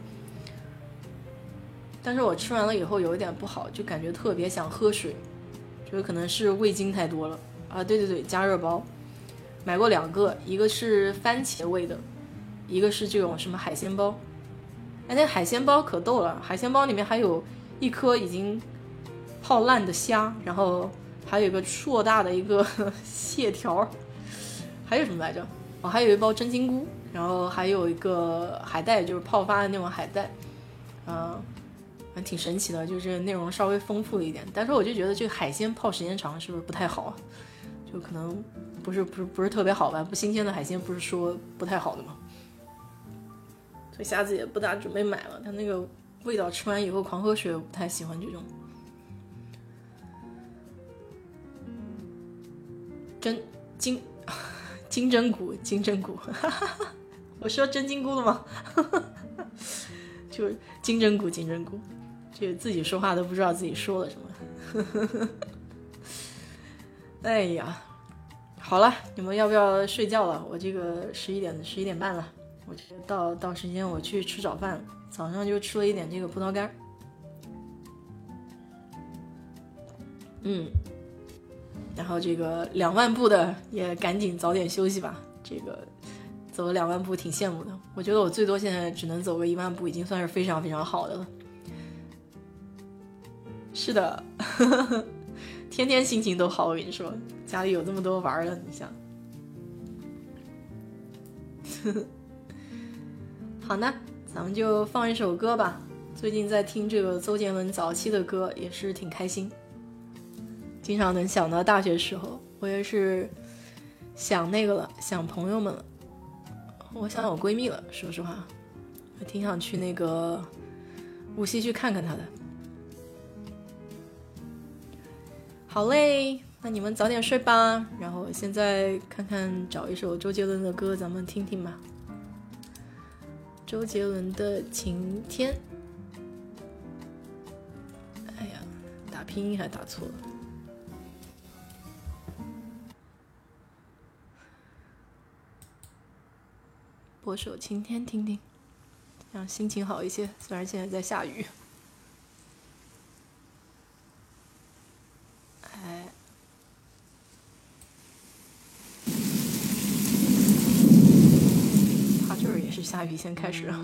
但是我吃完了以后有一点不好，就感觉特别想喝水，觉得可能是味精太多了啊。对，加热包买过2个，一个是番茄味的，一个是这种什么海鲜包。那海鲜包可逗了，海鲜包里面还有1颗已经泡烂的虾，然后还有一个硕大的一个蟹条，还有什么来着？还有1包真金菇，然后还有一个海带，就是泡发的那种海带，挺神奇的，就是内容稍微丰富了一点。但是我就觉得这个海鲜泡时间长是不是不太好啊？就可能不是特别好吧？不新鲜的海鲜不是说不太好的吗？所以下次也不大准备买了。它那个味道吃完以后狂喝水，我不太喜欢这种。金针菇，我说真金菇了吗？就是金针菇，这自己说话都不知道自己说了什么。哎呀，好了，你们要不要睡觉了？我这个11点半了，我觉得到时间我去吃早饭了。早上就吃了一点这个葡萄干。然后这个2万步的也赶紧早点休息吧。这个走了2万步挺羡慕的，我觉得我最多现在只能走个1万步，已经算是非常非常好的了。是的，天天心情都好，我跟你说，家里有这么多玩的，你想。好呢，咱们就放一首歌吧。最近在听这个周杰伦早期的歌，也是挺开心。经常能想到大学时候，我也是想那个了，想朋友们了，我想我闺蜜了。说实话，我挺想去那个无锡去看看她的。好嘞，那你们早点睡吧。然后现在看看找一首周杰伦的歌，咱们听听吧。周杰伦的《晴天》。哎呀，打拼音还打错了。播首《晴天》听听，让心情好一些。虽然现在在下雨。他这儿也是下下雨先开始。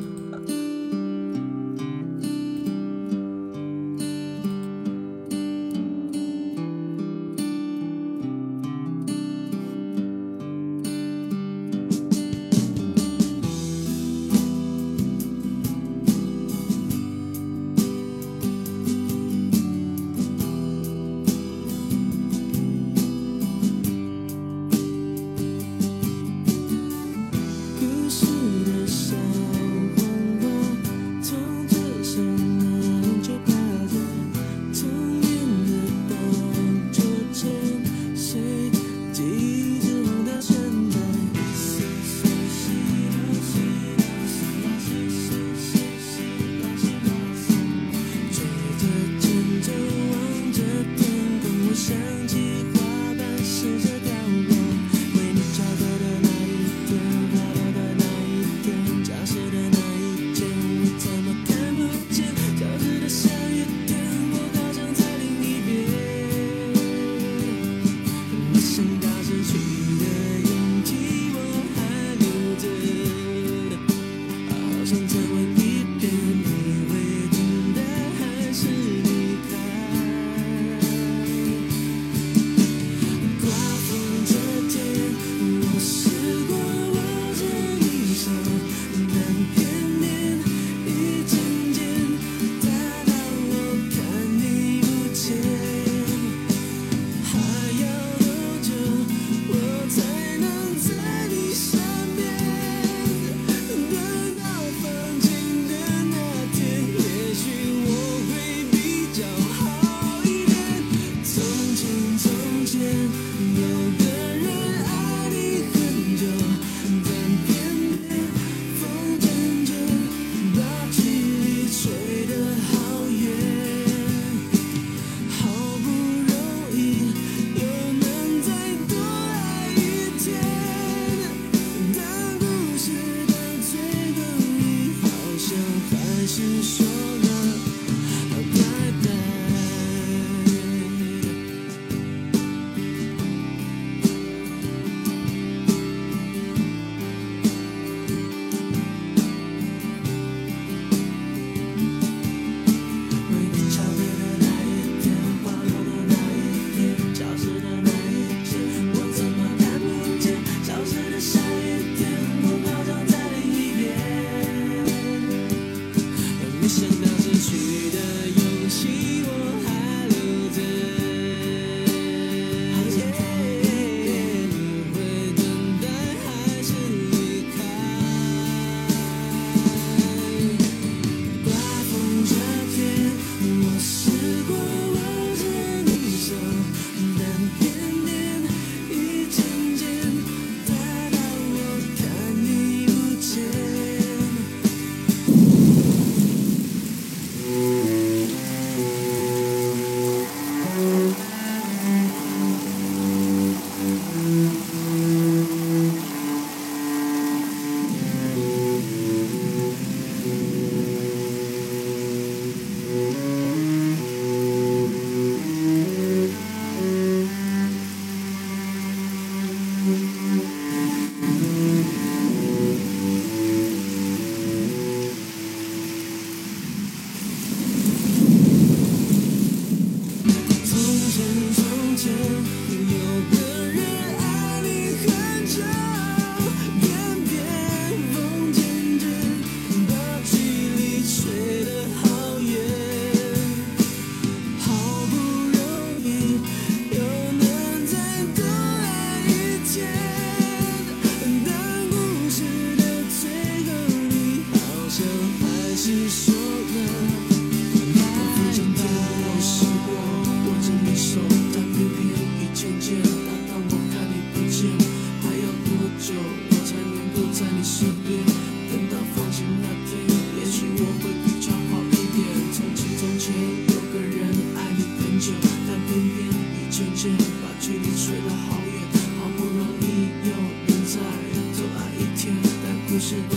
是